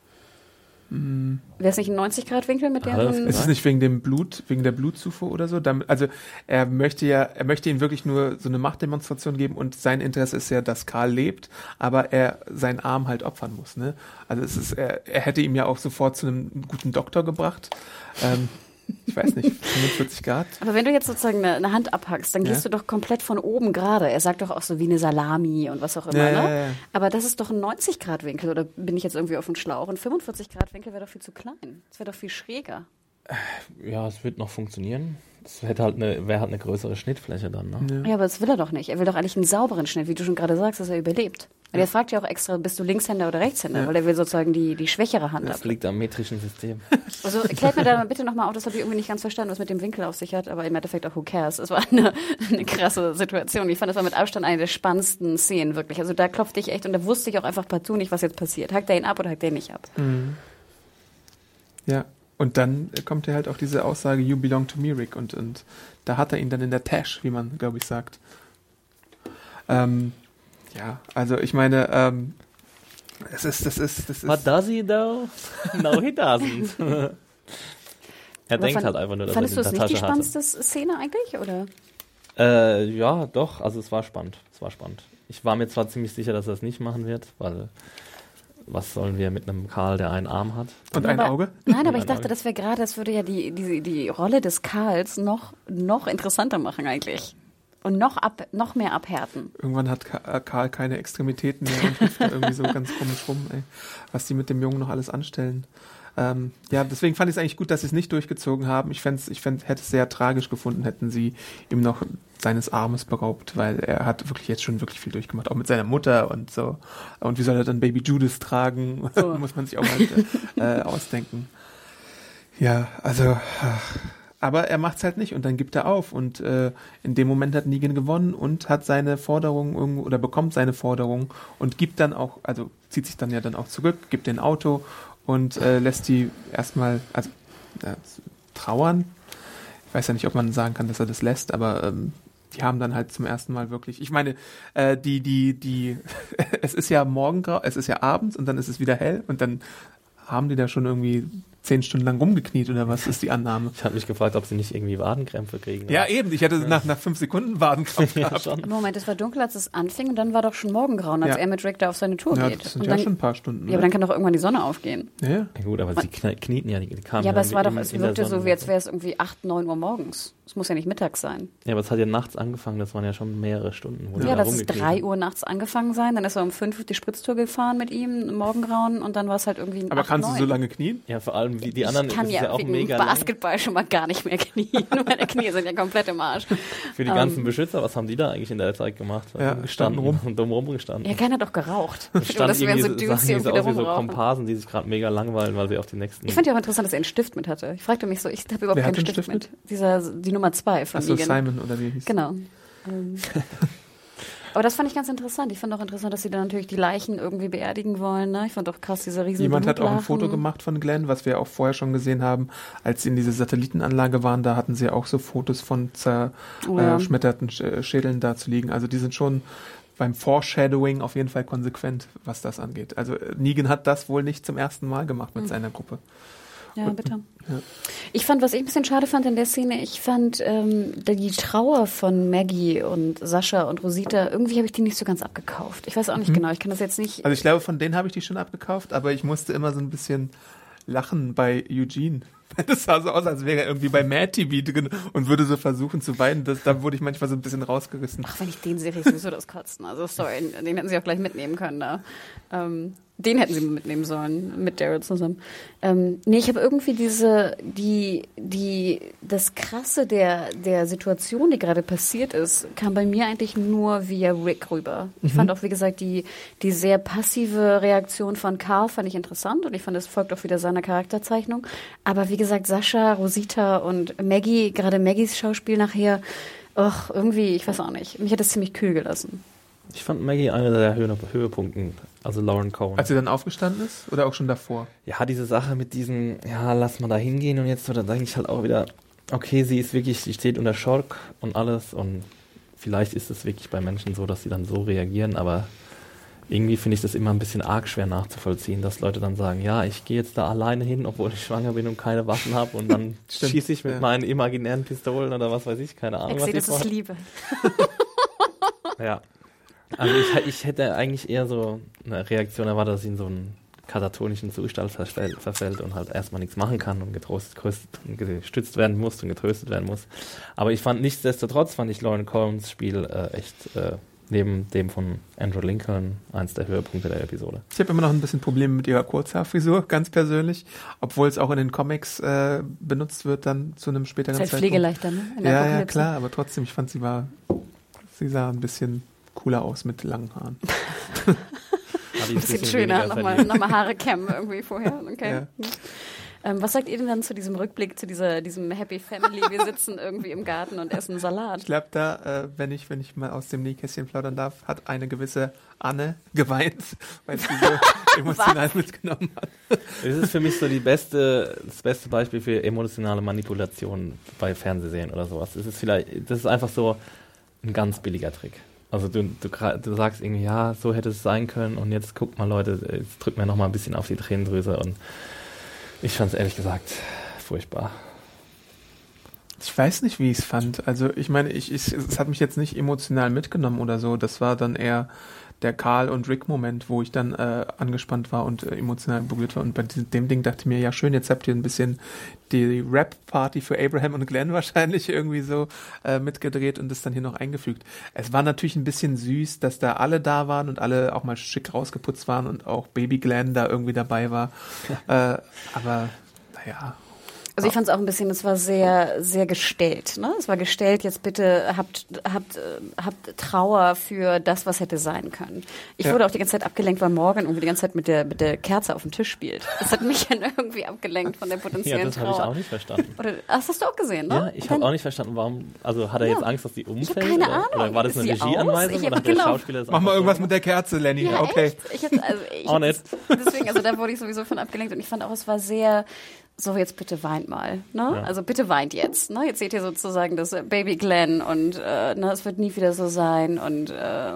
Wäre es nicht ein 90-Grad-Winkel mit der? Ist es nicht wegen dem Blut, wegen der Blutzufuhr oder so? Also er möchte ihm wirklich nur so eine Machtdemonstration geben und sein Interesse ist ja, dass Karl lebt, aber er seinen Arm halt opfern muss. Ne? Also er hätte ihm ja auch sofort zu einem guten Doktor gebracht. Ich weiß nicht, 45 Grad. Aber wenn du jetzt sozusagen eine Hand abhackst, dann gehst du doch komplett von oben gerade. Er sagt doch auch so wie eine Salami und was auch immer. Ja, ne? ja. Aber das ist doch ein 90-Grad-Winkel oder bin ich jetzt irgendwie auf dem Schlauch? Ein 45-Grad-Winkel wäre doch viel zu klein. Das wäre doch viel schräger. Ja, es wird noch funktionieren. Es wäre halt eine größere Schnittfläche dann, ne? Ja, aber das will er doch nicht. Er will doch eigentlich einen sauberen Schnitt, wie du schon gerade sagst, dass er überlebt. Und er fragt ja auch extra, bist du Linkshänder oder Rechtshänder? Ja. Weil er will sozusagen die schwächere Hand Das liegt am metrischen System. Also klärt mir da bitte nochmal auf, das habe ich irgendwie nicht ganz verstanden, was mit dem Winkel auf sich hat, aber im Endeffekt auch who cares. Es war eine krasse Situation. Ich fand, das war mit Abstand eine der spannendsten Szenen, wirklich. Also da klopfte ich echt und da wusste ich auch einfach partout nicht, was jetzt passiert. Hackt er ihn ab oder hackt er ihn nicht ab? Ja. Und dann kommt ja halt auch diese Aussage, you belong to me, Rick. Und da hat er ihn dann in der Tasche, wie man, glaube ich, sagt. Ja, also ich meine, das ist... What does he though? No, he doesn't. Er denkt halt einfach nur, dass er in der Tasche hatte. Fandest du es nicht die spannendste Szene eigentlich, oder? Ja, doch. Also es war spannend. Ich war mir zwar ziemlich sicher, dass er es nicht machen wird, weil... Was sollen wir mit einem Karl, der einen Arm hat? Und ein Auge? Nein, aber ich dachte, das würde ja die Rolle des Karls noch interessanter machen eigentlich. Und noch mehr abhärten. Irgendwann hat Karl keine Extremitäten mehr und hüpft da irgendwie so ganz komisch rum, ey. Was die mit dem Jungen noch alles anstellen. Ja, deswegen fand ich es eigentlich gut, dass sie es nicht durchgezogen haben. Ich hätte es sehr tragisch gefunden, hätten sie ihm noch seines Armes beraubt, weil er hat jetzt schon wirklich viel durchgemacht, auch mit seiner Mutter und so. Und wie soll er dann Baby Judith tragen? So. Muss man sich auch mal ausdenken. Ja, also, aber er macht's halt nicht und dann gibt er auf und in dem Moment hat Negan gewonnen und hat seine Forderung oder bekommt seine Forderung und gibt dann auch, also zieht sich dann ja dann auch zurück, gibt den Auto und lässt die erstmal, also trauern. Ich weiß ja nicht, ob man sagen kann, dass er das lässt, aber die haben dann halt zum ersten Mal wirklich, ich meine, es ist ja abends und dann ist es wieder hell und dann haben die da schon irgendwie 10 Stunden lang rumgekniet oder was ist die Annahme? Ich habe mich gefragt, ob sie nicht irgendwie Wadenkrämpfe kriegen. Ja, eben. Ich hatte nach 5 Sekunden Wadenkrampf gehabt. schon. Moment, es war dunkel, als es anfing und dann war doch schon Morgengrauen, als er mit Rick da auf seine Tour Ja, geht. das sind und ja dann, schon ein paar Stunden. Ja, aber dann kann doch irgendwann die Sonne aufgehen. Ja. Ja gut, aber sie knieten ja, die kamen Ja, aber es war doch, in es der wirkte Sonne. so, wie als wäre es irgendwie 8, 9 Uhr morgens. Es muss ja nicht mittags sein. Ja, aber es hat ja nachts angefangen, das waren ja schon mehrere Stunden. wo die Ja, da das ist rumgekniet 3 haben. Uhr nachts angefangen sein, dann ist er um 5 die Spritztour gefahren mit ihm, Morgengrauen und dann war es halt irgendwie Aber 8, kannst 9. du so lange knien? Ja, vor allem wie die anderen, Ich kann das ist ja auch wegen mega lang. Basketball schon mal gar nicht mehr knien. Meine Knie sind ja komplett im Arsch. Für die ganzen Beschützer, was haben die da eigentlich in der Zeit gemacht? Ja, Gestanden standen rum. und dumm rumgestanden. Ja, keiner hat doch geraucht. Stand Das wären so irgendwie Dudes, sahen die die so irgendwie aus wie so rumrauchen. Komparsen, die sich gerade mega langweilen, weil sie auf die nächsten... Ich fand ja auch interessant, dass er einen Stift mit hatte. Ich fragte mich so, ich habe überhaupt Wer keinen hat den Stift Stift mit. Die Nummer 2 von Achso, Negan. Simon oder wie hieß Genau. Aber das fand ich ganz interessant. Ich fand auch interessant, dass sie dann natürlich die Leichen irgendwie beerdigen wollen. Ne? Ich fand auch krass, diese riesen Jemand hat auch ein Blutlachen. Foto gemacht von Glenn, was wir auch vorher schon gesehen haben, als sie in diese Satellitenanlage waren. Da hatten sie auch so Fotos von zerschmetterten Schädeln da zu liegen. Also die sind schon beim Foreshadowing auf jeden Fall konsequent, was das angeht. Also Negan hat das wohl nicht zum ersten Mal gemacht mit seiner Gruppe. Ja, bitte. Ja. Ich fand, was ich ein bisschen schade fand in der Szene, ich fand die Trauer von Maggie und Sascha und Rosita, irgendwie habe ich die nicht so ganz abgekauft. Ich weiß auch nicht genau, ich kann das jetzt nicht... Also ich glaube, von denen habe ich die schon abgekauft, aber ich musste immer so ein bisschen lachen bei Eugene. Das sah so aus, als wäre er irgendwie bei Mad TV drin und würde so versuchen zu weinen. Da wurde ich manchmal so ein bisschen rausgerissen. Ach, wenn ich den sehe, ich sowieso das Kotzen. Also sorry, den hätten sie auch gleich mitnehmen können da. Den hätten sie mitnehmen sollen, mit Daryl zusammen. Nee, ich habe irgendwie das Krasse der Situation, die gerade passiert ist, kam bei mir eigentlich nur via Rick rüber. Ich fand auch, wie gesagt, die sehr passive Reaktion von Carl fand ich interessant und ich fand, es folgt auch wieder seiner Charakterzeichnung. Aber wie gesagt, Sascha, Rosita und Maggie, gerade Maggies Schauspiel nachher, irgendwie, ich weiß auch nicht, mich hat das ziemlich kühl gelassen. Ich fand Maggie einer der Höhepunkten, also Lauren Cohen. Als sie dann aufgestanden ist oder auch schon davor? Ja, diese Sache mit diesem, ja, lass mal da hingehen und jetzt, so, da denke ich halt auch wieder, okay, sie steht unter Schock und alles und vielleicht ist es wirklich bei Menschen so, dass sie dann so reagieren, aber irgendwie finde ich das immer ein bisschen arg schwer nachzuvollziehen, dass Leute dann sagen, ja, ich gehe jetzt da alleine hin, obwohl ich schwanger bin und keine Waffen habe und dann schieße ich mit meinen imaginären Pistolen oder was weiß ich, keine Ahnung. Ich sehe, das ist Liebe. Ja. Also ich hätte eigentlich eher so eine Reaktion erwartet, dass sie in so einen katatonischen Zustand verfällt und halt erstmal nichts machen kann und gestützt werden muss und getröstet werden muss. Aber nichtsdestotrotz fand ich Lauren Cohens Spiel echt neben dem von Andrew Lincoln eins der Höhepunkte der Episode. Ich habe immer noch ein bisschen Probleme mit ihrer Kurzhaarfrisur, ganz persönlich, obwohl es auch in den Comics benutzt wird dann zu einem späteren Das ist halt Zeitpunkt. pflegeleichter, ne? Ja, klar, aber trotzdem, ich fand sie sah ein bisschen cooler aus mit langen Haaren. Ein bisschen schöner, nochmal Haare kämmen irgendwie vorher. Okay. Ja. Was sagt ihr denn dann zu diesem Rückblick, zu diesem Happy Family? Wir sitzen irgendwie im Garten und essen Salat. Ich glaube, da, wenn ich mal aus dem Nähkästchen plaudern darf, hat eine gewisse Anne geweint, weil sie so emotional mitgenommen hat. Das ist für mich so das beste Beispiel für emotionale Manipulation bei Fernsehserien oder sowas. Das ist einfach so ein ganz billiger Trick. Also du sagst irgendwie, ja, so hätte es sein können und jetzt guckt mal Leute, jetzt drückt mir noch mal ein bisschen auf die Tränendrüse und ich fand es ehrlich gesagt furchtbar. Ich weiß nicht, wie ich es fand. Also ich meine, es hat mich jetzt nicht emotional mitgenommen oder so. Das war dann eher der Carl- und Rick-Moment, wo ich dann angespannt war und emotional berührt war. Und bei dem Ding dachte ich mir, ja schön, jetzt habt ihr ein bisschen die Rap-Party für Abraham und Glenn wahrscheinlich irgendwie so mitgedreht und das dann hier noch eingefügt. Es war natürlich ein bisschen süß, dass da alle da waren und alle auch mal schick rausgeputzt waren und auch Baby Glenn da irgendwie dabei war. Aber naja... Also ich fand es auch ein bisschen, es war sehr, sehr gestellt. Ne? Es war gestellt, jetzt bitte habt Trauer für das, was hätte sein können. Ich wurde auch die ganze Zeit abgelenkt, weil Morgan irgendwie die ganze Zeit mit der Kerze auf dem Tisch spielt. Das hat mich dann irgendwie abgelenkt von der potenziellen Trauer. Ja, das habe ich auch nicht verstanden. Das hast du auch gesehen, ne? Ja, ich habe auch nicht verstanden, warum, also hat er jetzt Angst, dass die umfällt? Ich habe keine Ahnung. Oder war das eine Ist sie Regieanweisung? aus? Oder hat der Schauspieler das Mach mal einfach irgendwas so mit der Kerze, Lenny. Ja, okay. echt? Auch nicht. Deswegen, also da wurde ich sowieso von abgelenkt und ich fand auch, es war sehr so jetzt bitte weint mal, ne? Ja. Also bitte weint jetzt, ne? Jetzt seht ihr sozusagen das Baby Glenn und es wird nie wieder so sein und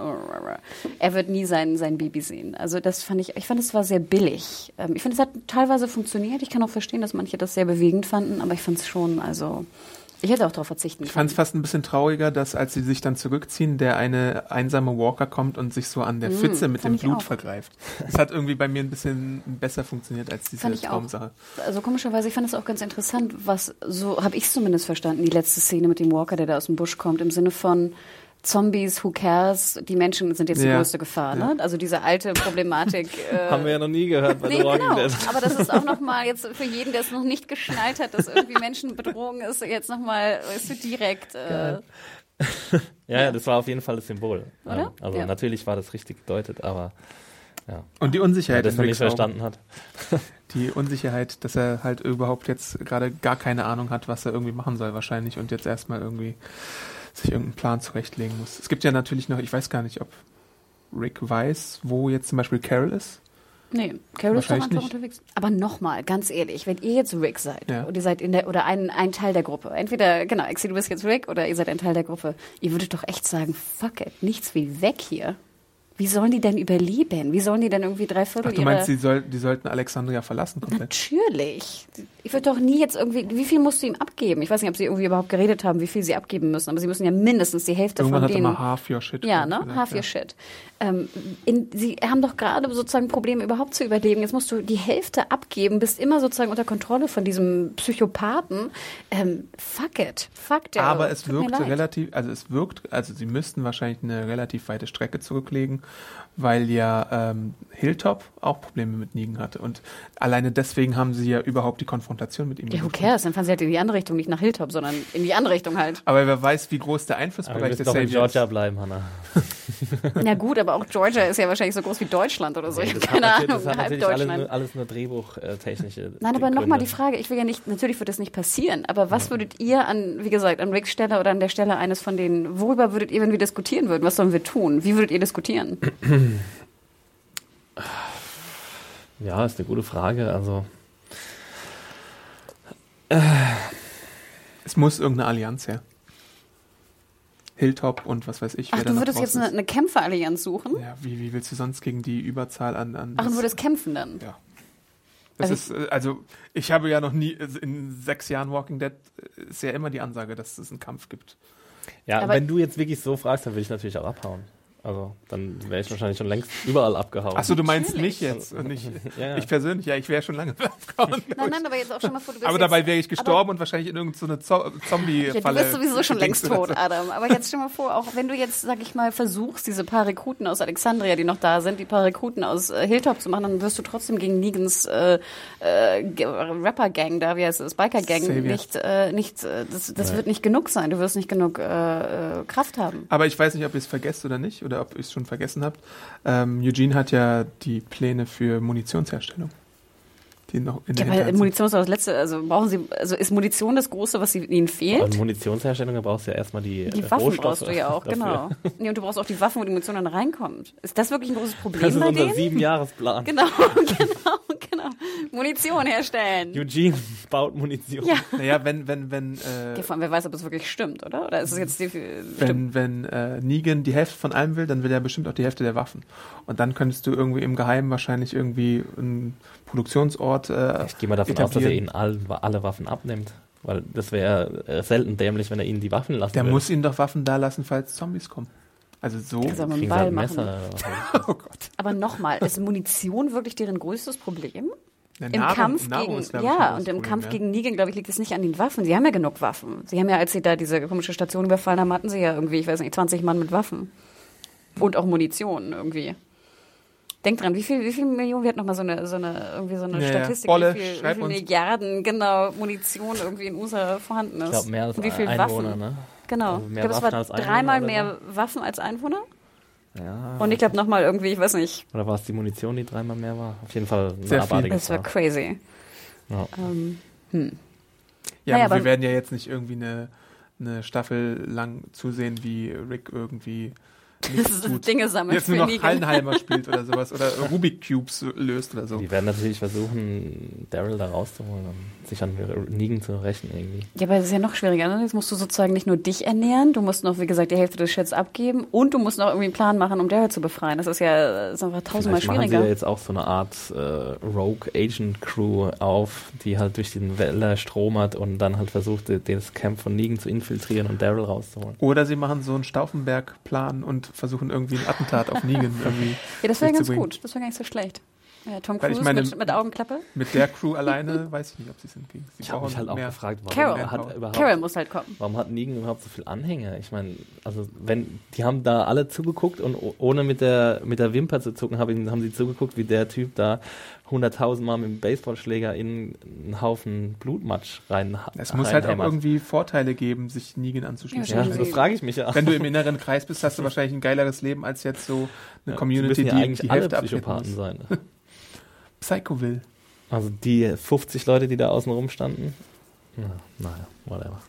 er wird nie sein Baby sehen. Also das fand ich es war sehr billig. Ich finde, es hat teilweise funktioniert. Ich kann auch verstehen, dass manche das sehr bewegend fanden, aber ich fand es schon, also ich hätte auch darauf verzichten können. Ich fand es fast ein bisschen trauriger, dass als sie sich dann zurückziehen, der eine einsame Walker kommt und sich so an der Pfütze mit dem Blut vergreift. Das hat irgendwie bei mir ein bisschen besser funktioniert als diese Traumsache. Also komischerweise, ich fand es auch ganz interessant, so habe ich es zumindest verstanden, die letzte Szene mit dem Walker, der da aus dem Busch kommt, im Sinne von Zombies, who cares? Die Menschen sind jetzt die größte Gefahr, ne? Also diese alte Problematik. Haben wir ja noch nie gehört bei The Walking Dead. Aber das ist auch nochmal jetzt für jeden, der es noch nicht geschnallt hat, dass irgendwie Menschenbedrohung ist, jetzt nochmal so direkt. Ja, das war auf jeden Fall das Symbol. Oder? Also natürlich war das richtig gedeutet, aber ja. Und die Unsicherheit, das noch nicht verstanden hat. Die Unsicherheit, dass er halt überhaupt jetzt gerade gar keine Ahnung hat, was er irgendwie machen soll wahrscheinlich und jetzt erstmal irgendwie sich irgendeinen Plan zurechtlegen muss. Es gibt ja natürlich noch, ich weiß gar nicht, ob Rick weiß, wo jetzt zum Beispiel Carol ist. Nee, Carol ist doch einfach unterwegs. Aber nochmal, ganz ehrlich, wenn ihr jetzt Rick seid und ihr seid oder ein Teil der Gruppe, entweder, genau, Exi, du bist jetzt Rick oder ihr seid ein Teil der Gruppe, ihr würdet doch echt sagen, fuck it, nichts wie weg hier. Wie sollen die denn überleben? Wie sollen die denn irgendwie 3/4 Ach, du meinst, die sollten Alexandria verlassen komplett? Natürlich. Ich würde doch nie jetzt irgendwie, wie viel musst du ihm abgeben? Ich weiß nicht, ob sie irgendwie überhaupt geredet haben, wie viel sie abgeben müssen, aber sie müssen ja mindestens die Hälfte Irgendwann von denen... Irgendwann hat er mal half your shit. Ja, ne? Half your shit. Sie haben doch gerade sozusagen Probleme, überhaupt zu überleben. Jetzt musst du die Hälfte abgeben, bist immer sozusagen unter Kontrolle von diesem Psychopathen. Fuck it. Fuck der. Aber es wirkt also sie müssten wahrscheinlich eine relativ weite Strecke zurücklegen, weil ja Hilltop auch Probleme mit Negan hatte. Und alleine deswegen haben sie ja überhaupt die Konfrontation mit ihm. Ja, who cares? Dann fahren sie halt in die andere Richtung, nicht nach Hilltop, sondern in die andere Richtung halt. Aber wer weiß, wie groß der Einflussbereich des Saviors ist. Doch in Georgia ist. Bleiben, Hannah. Na gut, aber auch Georgia ist ja wahrscheinlich so groß wie Deutschland oder so. Ich habe keine Ahnung. Das hat natürlich alles nur drehbuchtechnische Nein, aber nochmal die Frage, ich will ja nicht, natürlich wird das nicht passieren, aber was würdet ihr wie gesagt, an Ricks Stelle oder an der Stelle eines von denen, worüber würdet ihr, wenn wir diskutieren würden, was sollen wir tun? Wie würdet ihr diskutieren? Ja, ist eine gute Frage, also es muss irgendeine Allianz her. Hilltop und was weiß ich. Ach, du würdest jetzt eine Kämpferallianz suchen? Ja, wie willst du sonst gegen die Überzahl an Ach, du würdest kämpfen dann? Ja. Ich habe ja noch nie, in 6 Jahren Walking Dead ist ja immer die Ansage, dass es einen Kampf gibt. Ja, aber wenn du jetzt wirklich so fragst, dann will ich natürlich auch abhauen. Also, dann wäre ich wahrscheinlich schon längst überall abgehauen. Achso, du meinst mich jetzt und nicht ich persönlich. Ja, ich wäre schon lange abgehauen. Nein, aber jetzt auch schon mal vor, du bist aber dabei wäre ich gestorben und wahrscheinlich in irgendeine Zombie-Falle. Ja, du bist sowieso schon längst tot, Adam. Aber jetzt stell mal vor, auch wenn du jetzt, sag ich mal, versuchst, diese paar Rekruten aus Alexandria, die noch da sind, die paar Rekruten aus Hilltop zu machen, dann wirst du trotzdem gegen Negans Rapper-Gang da, wie heißt es, Biker-Gang, das wird nicht genug sein. Du wirst nicht genug Kraft haben. Aber ich weiß nicht, ob ihr es vergesst oder nicht, oder ob ihr es schon vergessen habt. Eugene hat ja die Pläne für Munitionsherstellung. Die noch in der Munition ist das letzte, also ist Munition das Große, was ihnen fehlt? Und Munitionsherstellung, da brauchst du ja erstmal die Waffen Rohstoffe brauchst du ja auch, dafür. genau. Nee, und du brauchst auch die Waffen, wo die Munition dann reinkommt. Ist das wirklich ein großes Problem Das ist bei unser denen? 7-Jahresplan. Genau. Munition herstellen. Eugene baut Munition. Ja. Naja, wenn vor allem, wer weiß, ob es wirklich stimmt, oder? Oder ist es jetzt wenn Negan die Hälfte von allem will, dann will er bestimmt auch die Hälfte der Waffen. Und dann könntest du irgendwie im Geheimen wahrscheinlich irgendwie einen Produktionsort ich gehe mal davon aus, dass er ihnen alle Waffen abnimmt. Weil das wäre selten dämlich, wenn er ihnen die Waffen lassen Der würde. muss ihnen doch Waffen da lassen, falls Zombies kommen. Also so. Soll man einen Kriegen sie Ball halt ein machen. Messer. Oh Gott. Aber nochmal, ist Munition wirklich deren größtes Problem? Ja, Im Kampf Nahrung gegen, ist, glaub ich, ein großes und im Problem, Kampf ja. gegen Negan, glaube ich, liegt es nicht an den Waffen. Sie haben ja genug Waffen. Sie haben ja, als sie da diese komische Station überfallen haben, hatten sie ja irgendwie, ich weiß nicht, 20 Mann mit Waffen. Und auch Munition irgendwie. Denkt dran, wie viel Millionen, wir hatten nochmal so eine Statistik, Bolle, wie schreib viel uns. Milliarden, genau, Munition irgendwie in USA vorhanden ist. Ich glaube, mehr als und wie viel Einwohner, Waffen. ne? Genau. Also Ich mehr glaube, es Waffen war als Einwohner 3-mal oder mehr Waffen als Einwohner. Ja. Und ich glaube nochmal irgendwie, ich weiß nicht. Oder war es die Munition, die 3-mal mehr war? Auf jeden Fall eine Sehr viel. abartige Das war Zahl. crazy. Ja. Ja, Naja, aber wir aber- werden ja jetzt nicht irgendwie eine Staffel lang zusehen, wie Rick irgendwie Das ist Dinge sammeln jetzt nur noch Hallenheimer spielt oder sowas oder Rubik Cubes löst oder so. Die werden natürlich versuchen, Daryl da rauszuholen und sich an Negan zu rächen irgendwie. Ja, aber das ist ja noch schwieriger. Ne? Jetzt musst du sozusagen nicht nur dich ernähren, du musst noch, wie gesagt, die Hälfte des Schätzes abgeben und du musst noch irgendwie einen Plan machen, um Daryl zu befreien. Das ist einfach tausendmal schwieriger. Machen sie ja jetzt auch so eine Art Rogue Agent Crew auf, die halt durch den Wälder stromert und dann halt versucht, das Camp von Negan zu infiltrieren und Daryl rauszuholen. Oder sie machen so einen Stauffenberg-Plan und versuchen irgendwie ein Attentat auf Negan irgendwie. Ja, das wäre ganz gut. Das wäre gar nicht so schlecht. Tom Cruise mit Augenklappe? Mit der Crew alleine weiß ich nicht, ob sie es hinkriegen. Ich habe mich halt auch gefragt, Carol muss halt kommen. Warum hat Negan überhaupt so viel Anhänger? Ich meine, also die haben da alle zugeguckt und ohne mit der Wimper zu zucken, haben sie zugeguckt, wie der Typ da 100.000 Mal mit dem Baseballschläger in einen Haufen Blutmatsch Es muss halt auch irgendwie Vorteile geben, sich Negan anzuschließen. Ja, das frage ich mich ja. Wenn du im inneren Kreis bist, hast du wahrscheinlich ein geileres Leben als jetzt so eine Community, die eigentlich die Hälfte alle Psychopathen sein. Psychoville. Also die 50 Leute, die da außen rum standen. Naja, whatever.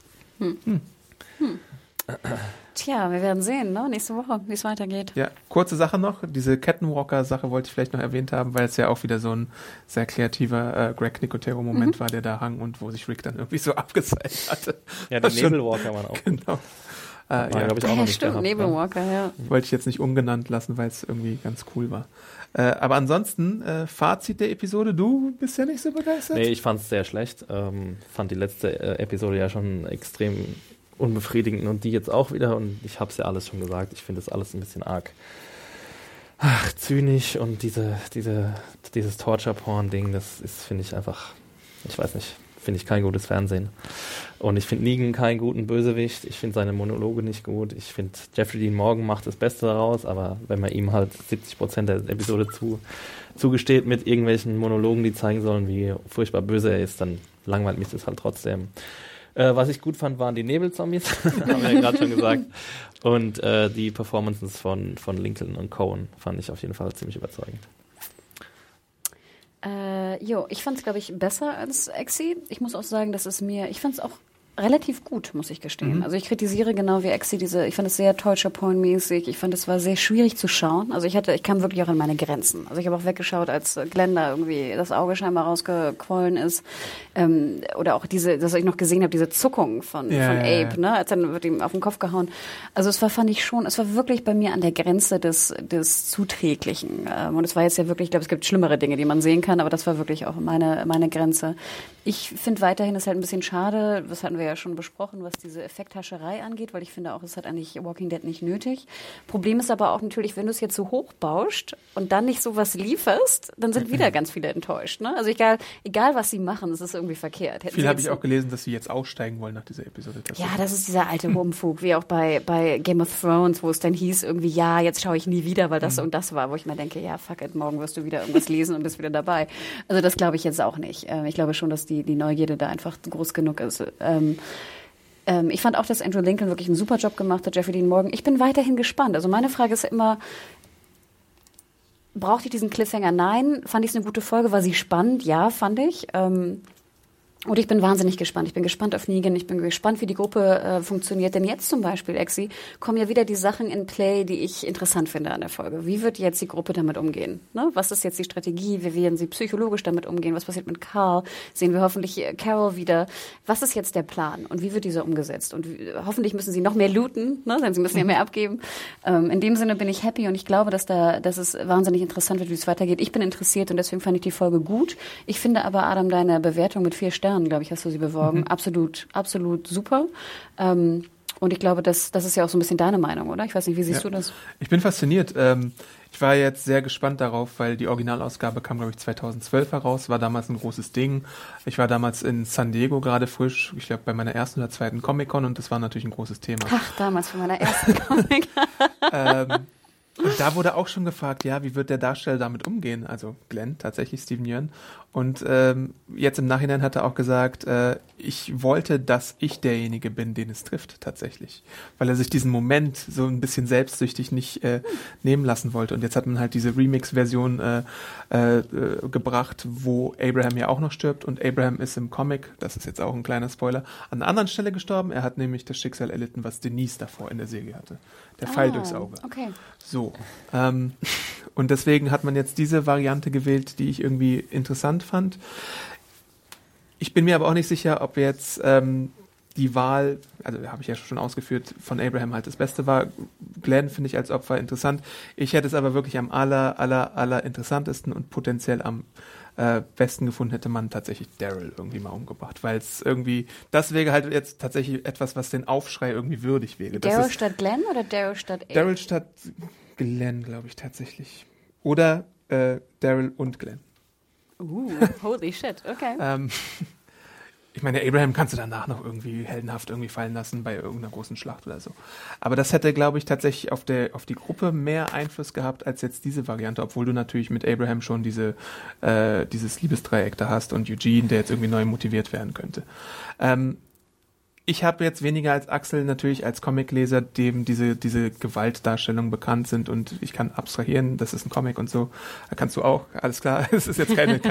Tja, wir werden sehen, ne? Nächste Woche, wie es weitergeht. Ja, kurze Sache noch. Diese Catwalker-Sache wollte ich vielleicht noch erwähnt haben, weil es ja auch wieder so ein sehr kreativer Greg Nicotero-Moment war, der da hang und wo sich Rick dann irgendwie so abgeseilt hatte. Ja, der Nebelwalker war auch. Genau. Ja, glaube ich auch noch nicht stimmt, gehabt, Nebelwalker, ja. Wollte ich jetzt nicht umgenannt lassen, weil es irgendwie ganz cool war. Aber ansonsten, Fazit der Episode, du bist ja nicht so begeistert? Nee, ich fand es sehr schlecht. Fand die letzte Episode ja schon extrem unbefriedigend und die jetzt auch wieder. Und ich habe es ja alles schon gesagt. Ich finde das alles ein bisschen arg zynisch und dieses Torture-Porn-Ding, das ist, finde ich einfach, ich weiß nicht, finde ich kein gutes Fernsehen. Und ich finde Negan keinen guten Bösewicht. Ich finde seine Monologe nicht gut. Ich finde, Jeffrey Dean Morgan macht das Beste daraus, aber wenn man ihm halt 70% der Episode zugesteht mit irgendwelchen Monologen, die zeigen sollen, wie furchtbar böse er ist, dann langweilt mich das halt trotzdem. Was ich gut fand, waren die Nebelzombies, haben wir ja gerade schon gesagt. Und die Performances von Lincoln und Cohen fand ich auf jeden Fall ziemlich überzeugend. Ich fand es, glaube ich, besser als Exi. Ich muss auch sagen, ich fand es auch relativ gut, muss ich gestehen. Also ich kritisiere genau wie Exi ich fand es sehr Torture-Porn-mäßig. Ich fand es war sehr schwierig zu schauen. Also ich kam wirklich auch an meine Grenzen. Also ich habe auch weggeschaut, als Glenn da irgendwie das Auge scheinbar rausgequollen ist. Oder auch dass ich noch gesehen habe, diese Zuckung von Abe, ne? Als dann wird ihm auf den Kopf gehauen. Also es war wirklich bei mir an der Grenze des Zuträglichen. Und es war jetzt ja wirklich, ich glaube, es gibt schlimmere Dinge, die man sehen kann, aber das war wirklich auch meine Grenze. Ich finde weiterhin, es ist halt ein bisschen schade, das hatten wir ja schon besprochen, was diese Effekthascherei angeht, weil ich finde auch, es hat eigentlich Walking Dead nicht nötig. Problem ist aber auch natürlich, wenn du es jetzt so hoch bauscht und dann nicht sowas lieferst, dann sind wieder ganz viele enttäuscht. Ne? Also egal was sie machen, es ist irgendwie verkehrt. Viel habe ich auch gelesen, dass sie jetzt aussteigen wollen nach dieser Episode. Ja, das ist dieser alte Humbug, wie auch bei Game of Thrones, wo es dann hieß irgendwie, ja, jetzt schaue ich nie wieder, weil das und das war, wo ich mir denke, ja, fuck it, morgen wirst du wieder irgendwas lesen und bist wieder dabei. Also das glaube ich jetzt auch nicht. Ich glaube schon, dass die Neugierde da einfach groß genug ist. Ich fand auch, dass Andrew Lincoln wirklich einen super Job gemacht hat, Jeffrey Dean Morgan. Ich bin weiterhin gespannt. Also meine Frage ist immer, brauchte ich diesen Cliffhanger? Nein. Fand ich es eine gute Folge? War sie spannend? Ja, fand ich. Und ich bin wahnsinnig gespannt. Ich bin gespannt auf Negan. Ich bin gespannt, wie die Gruppe funktioniert. Denn jetzt zum Beispiel, Exi, kommen ja wieder die Sachen in Play, die ich interessant finde an der Folge. Wie wird jetzt die Gruppe damit umgehen? Ne? Was ist jetzt die Strategie? Wie werden sie psychologisch damit umgehen? Was passiert mit Carl? Sehen wir hoffentlich Carol wieder? Was ist jetzt der Plan? Und wie wird dieser umgesetzt? Und hoffentlich müssen sie noch mehr looten, ne? Denn sie müssen ja mehr abgeben. In dem Sinne bin ich happy und ich glaube, dass es wahnsinnig interessant wird, wie es weitergeht. Ich bin interessiert und deswegen fand ich die Folge gut. Ich finde aber, Adam, deine Bewertung mit 4 Sternen, glaube ich, hast du sie beworben. Absolut super. Und ich glaube, das ist ja auch so ein bisschen deine Meinung, oder? Ich weiß nicht, wie siehst du das? Ich bin fasziniert. Ich war jetzt sehr gespannt darauf, weil die Originalausgabe kam, glaube ich, 2012 heraus, war damals ein großes Ding. Ich war damals in San Diego gerade frisch, ich glaube, bei meiner ersten oder zweiten Comic-Con und das war natürlich ein großes Thema. Ach, damals bei meiner ersten Comic-Con. Und da wurde auch schon gefragt, ja, wie wird der Darsteller damit umgehen? Also Glenn, tatsächlich Steven Yeun. Und jetzt im Nachhinein hat er auch gesagt, ich wollte, dass ich derjenige bin, den es trifft tatsächlich. Weil er sich diesen Moment so ein bisschen selbstsüchtig nicht nehmen lassen wollte. Und jetzt hat man halt diese Remix-Version gebracht, wo Abraham ja auch noch stirbt. Und Abraham ist im Comic, das ist jetzt auch ein kleiner Spoiler, an einer anderen Stelle gestorben. Er hat nämlich das Schicksal erlitten, was Denise davor in der Serie hatte. Der Pfeil durchs Auge. Okay. So. Und deswegen hat man jetzt diese Variante gewählt, die ich irgendwie interessant fand. Ich bin mir aber auch nicht sicher, ob jetzt die Wahl, also habe ich ja schon ausgeführt, von Abraham halt das Beste war. Glenn finde ich als Opfer interessant. Ich hätte es aber wirklich am aller interessantesten und potenziell am besten gefunden, hätte man tatsächlich Daryl irgendwie mal umgebracht, weil es irgendwie, das wäre halt jetzt tatsächlich etwas, was den Aufschrei irgendwie würdig wäre. Daryl statt Glenn oder Daryl statt Abe? Daryl statt Glenn, glaube ich tatsächlich. Oder Daryl und Glenn. Holy shit, okay. Ich meine, Abraham kannst du danach noch irgendwie heldenhaft irgendwie fallen lassen bei irgendeiner großen Schlacht oder so. Aber das hätte, glaube ich, tatsächlich auf die Gruppe mehr Einfluss gehabt als jetzt diese Variante, obwohl du natürlich mit Abraham schon dieses Liebesdreieck da hast und Eugene, der jetzt irgendwie neu motiviert werden könnte. Ich habe jetzt weniger als Axel natürlich als Comicleser, dem diese Gewaltdarstellungen bekannt sind und ich kann abstrahieren, das ist ein Comic und so. Da kannst du auch, alles klar, es ist jetzt kein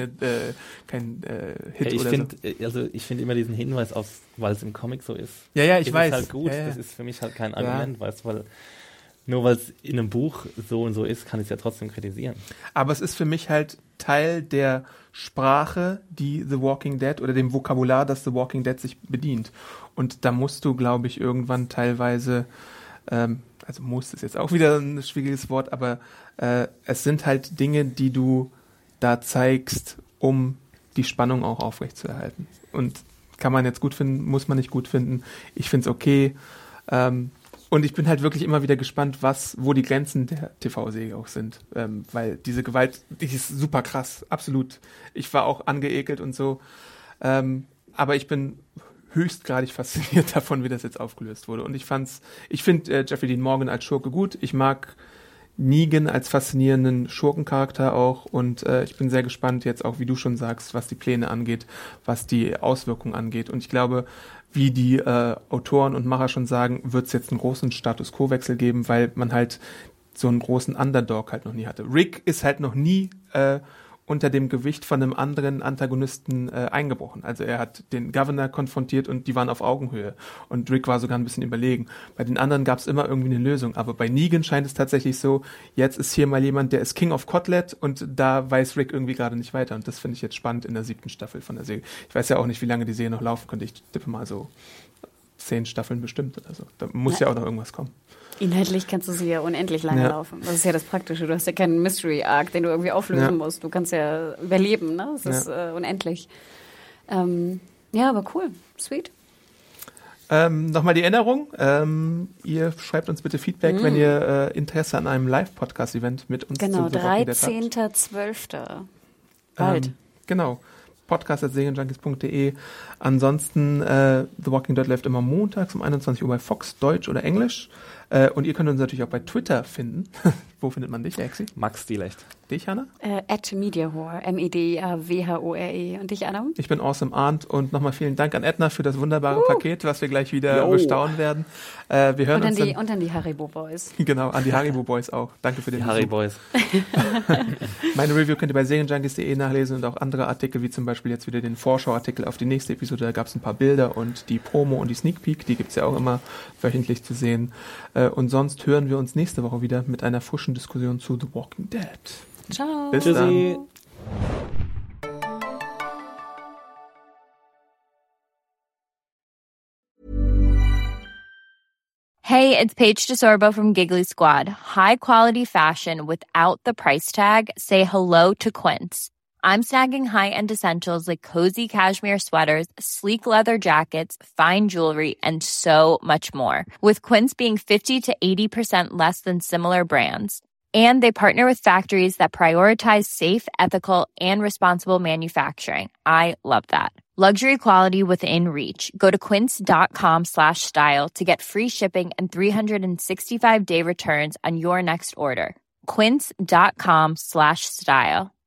Hit ich oder find, so. Also ich finde immer diesen Hinweis, weil es im Comic so ist. Ja, ich weiß. Das ist halt gut, ja. Das ist für mich halt kein Argument, weißt du, weil nur weil es in einem Buch so und so ist, kann ich es ja trotzdem kritisieren. Aber es ist für mich halt Teil der Sprache, die The Walking Dead oder dem Vokabular, das The Walking Dead sich bedient. Und da musst du, glaube ich, irgendwann teilweise, also muss ist jetzt auch wieder ein schwieriges Wort, aber es sind halt Dinge, die du da zeigst, um die Spannung auch aufrechtzuerhalten. Und kann man jetzt gut finden, muss man nicht gut finden. Ich finde es okay. Und ich bin halt wirklich immer wieder gespannt, wo die Grenzen der TV-Serie auch sind. Weil diese Gewalt, die ist super krass, absolut. Ich war auch angeekelt und so. Aber ich bin höchstgradig fasziniert davon, wie das jetzt aufgelöst wurde. Und ich finde Jeffrey Dean Morgan als Schurke gut. Ich mag Negan als faszinierenden Schurkencharakter auch. Und ich bin sehr gespannt jetzt auch, wie du schon sagst, was die Pläne angeht, was die Auswirkungen angeht. Und ich glaube, wie die Autoren und Macher schon sagen, wird es jetzt einen großen Status-Quo-Wechsel geben, weil man halt so einen großen Underdog halt noch nie hatte. Rick ist halt noch nie unter dem Gewicht von einem anderen Antagonisten eingebrochen. Also er hat den Governor konfrontiert und die waren auf Augenhöhe. Und Rick war sogar ein bisschen überlegen. Bei den anderen gab es immer irgendwie eine Lösung. Aber bei Negan scheint es tatsächlich so, jetzt ist hier mal jemand, der ist King of Kotlet und da weiß Rick irgendwie gerade nicht weiter. Und das finde ich jetzt spannend in der 7. Staffel von der Serie. Ich weiß ja auch nicht, wie lange die Serie noch laufen könnte. Ich tippe mal so 10 Staffeln bestimmt oder so. Da muss ja auch noch irgendwas kommen. Inhaltlich kannst du sie ja unendlich lange laufen. Das ist ja das Praktische. Du hast ja keinen Mystery-Arc, den du irgendwie auflösen musst. Du kannst ja überleben, ne? Das ist unendlich. Ja, aber cool. Sweet. Nochmal die Erinnerung. Ihr schreibt uns bitte Feedback, wenn ihr Interesse an einem Live-Podcast-Event mit uns genau, zu The Walking Dead habt. 13.12. Bald. Genau. podcast@serienjunkies.de. Ansonsten The Walking Dead läuft immer montags um 21 Uhr bei Fox, Deutsch oder Englisch. Und ihr könnt uns natürlich auch bei Twitter finden. Wo findet man dich, Exi? Max Dielecht. Dich, Hanna? @Mediahore, MEDAWHORE. Und dich, Anna? Ich bin Awesome Arndt und nochmal vielen Dank an Edna für das wunderbare Paket, was wir gleich wieder bestaunen werden. Wir hören uns und an die Haribo Boys. Genau, an die Haribo Boys auch. Danke für den Haribo Boys. Meine Review könnt ihr bei serienjunkies.de nachlesen und auch andere Artikel, wie zum Beispiel jetzt wieder den Vorschauartikel auf die nächste Episode. Da gab es ein paar Bilder und die Promo und die Sneak Peek, die gibt's ja auch immer wöchentlich zu sehen. Und sonst hören wir uns nächste Woche wieder mit einer frischen Diskussion zu The Walking Dead. Ciao. Bis dann. Hey, it's Paige DeSorbo from Giggly Squad. High quality fashion without the price tag. Say hello to Quince. I'm snagging high-end essentials like cozy cashmere sweaters, sleek leather jackets, fine jewelry, and so much more. With Quince being 50 to 80% less than similar brands. And they partner with factories that prioritize safe, ethical, and responsible manufacturing. I love that. Luxury quality within reach. Go to quince.com/style to get free shipping and 365-day returns on your next order. Quince.com/style.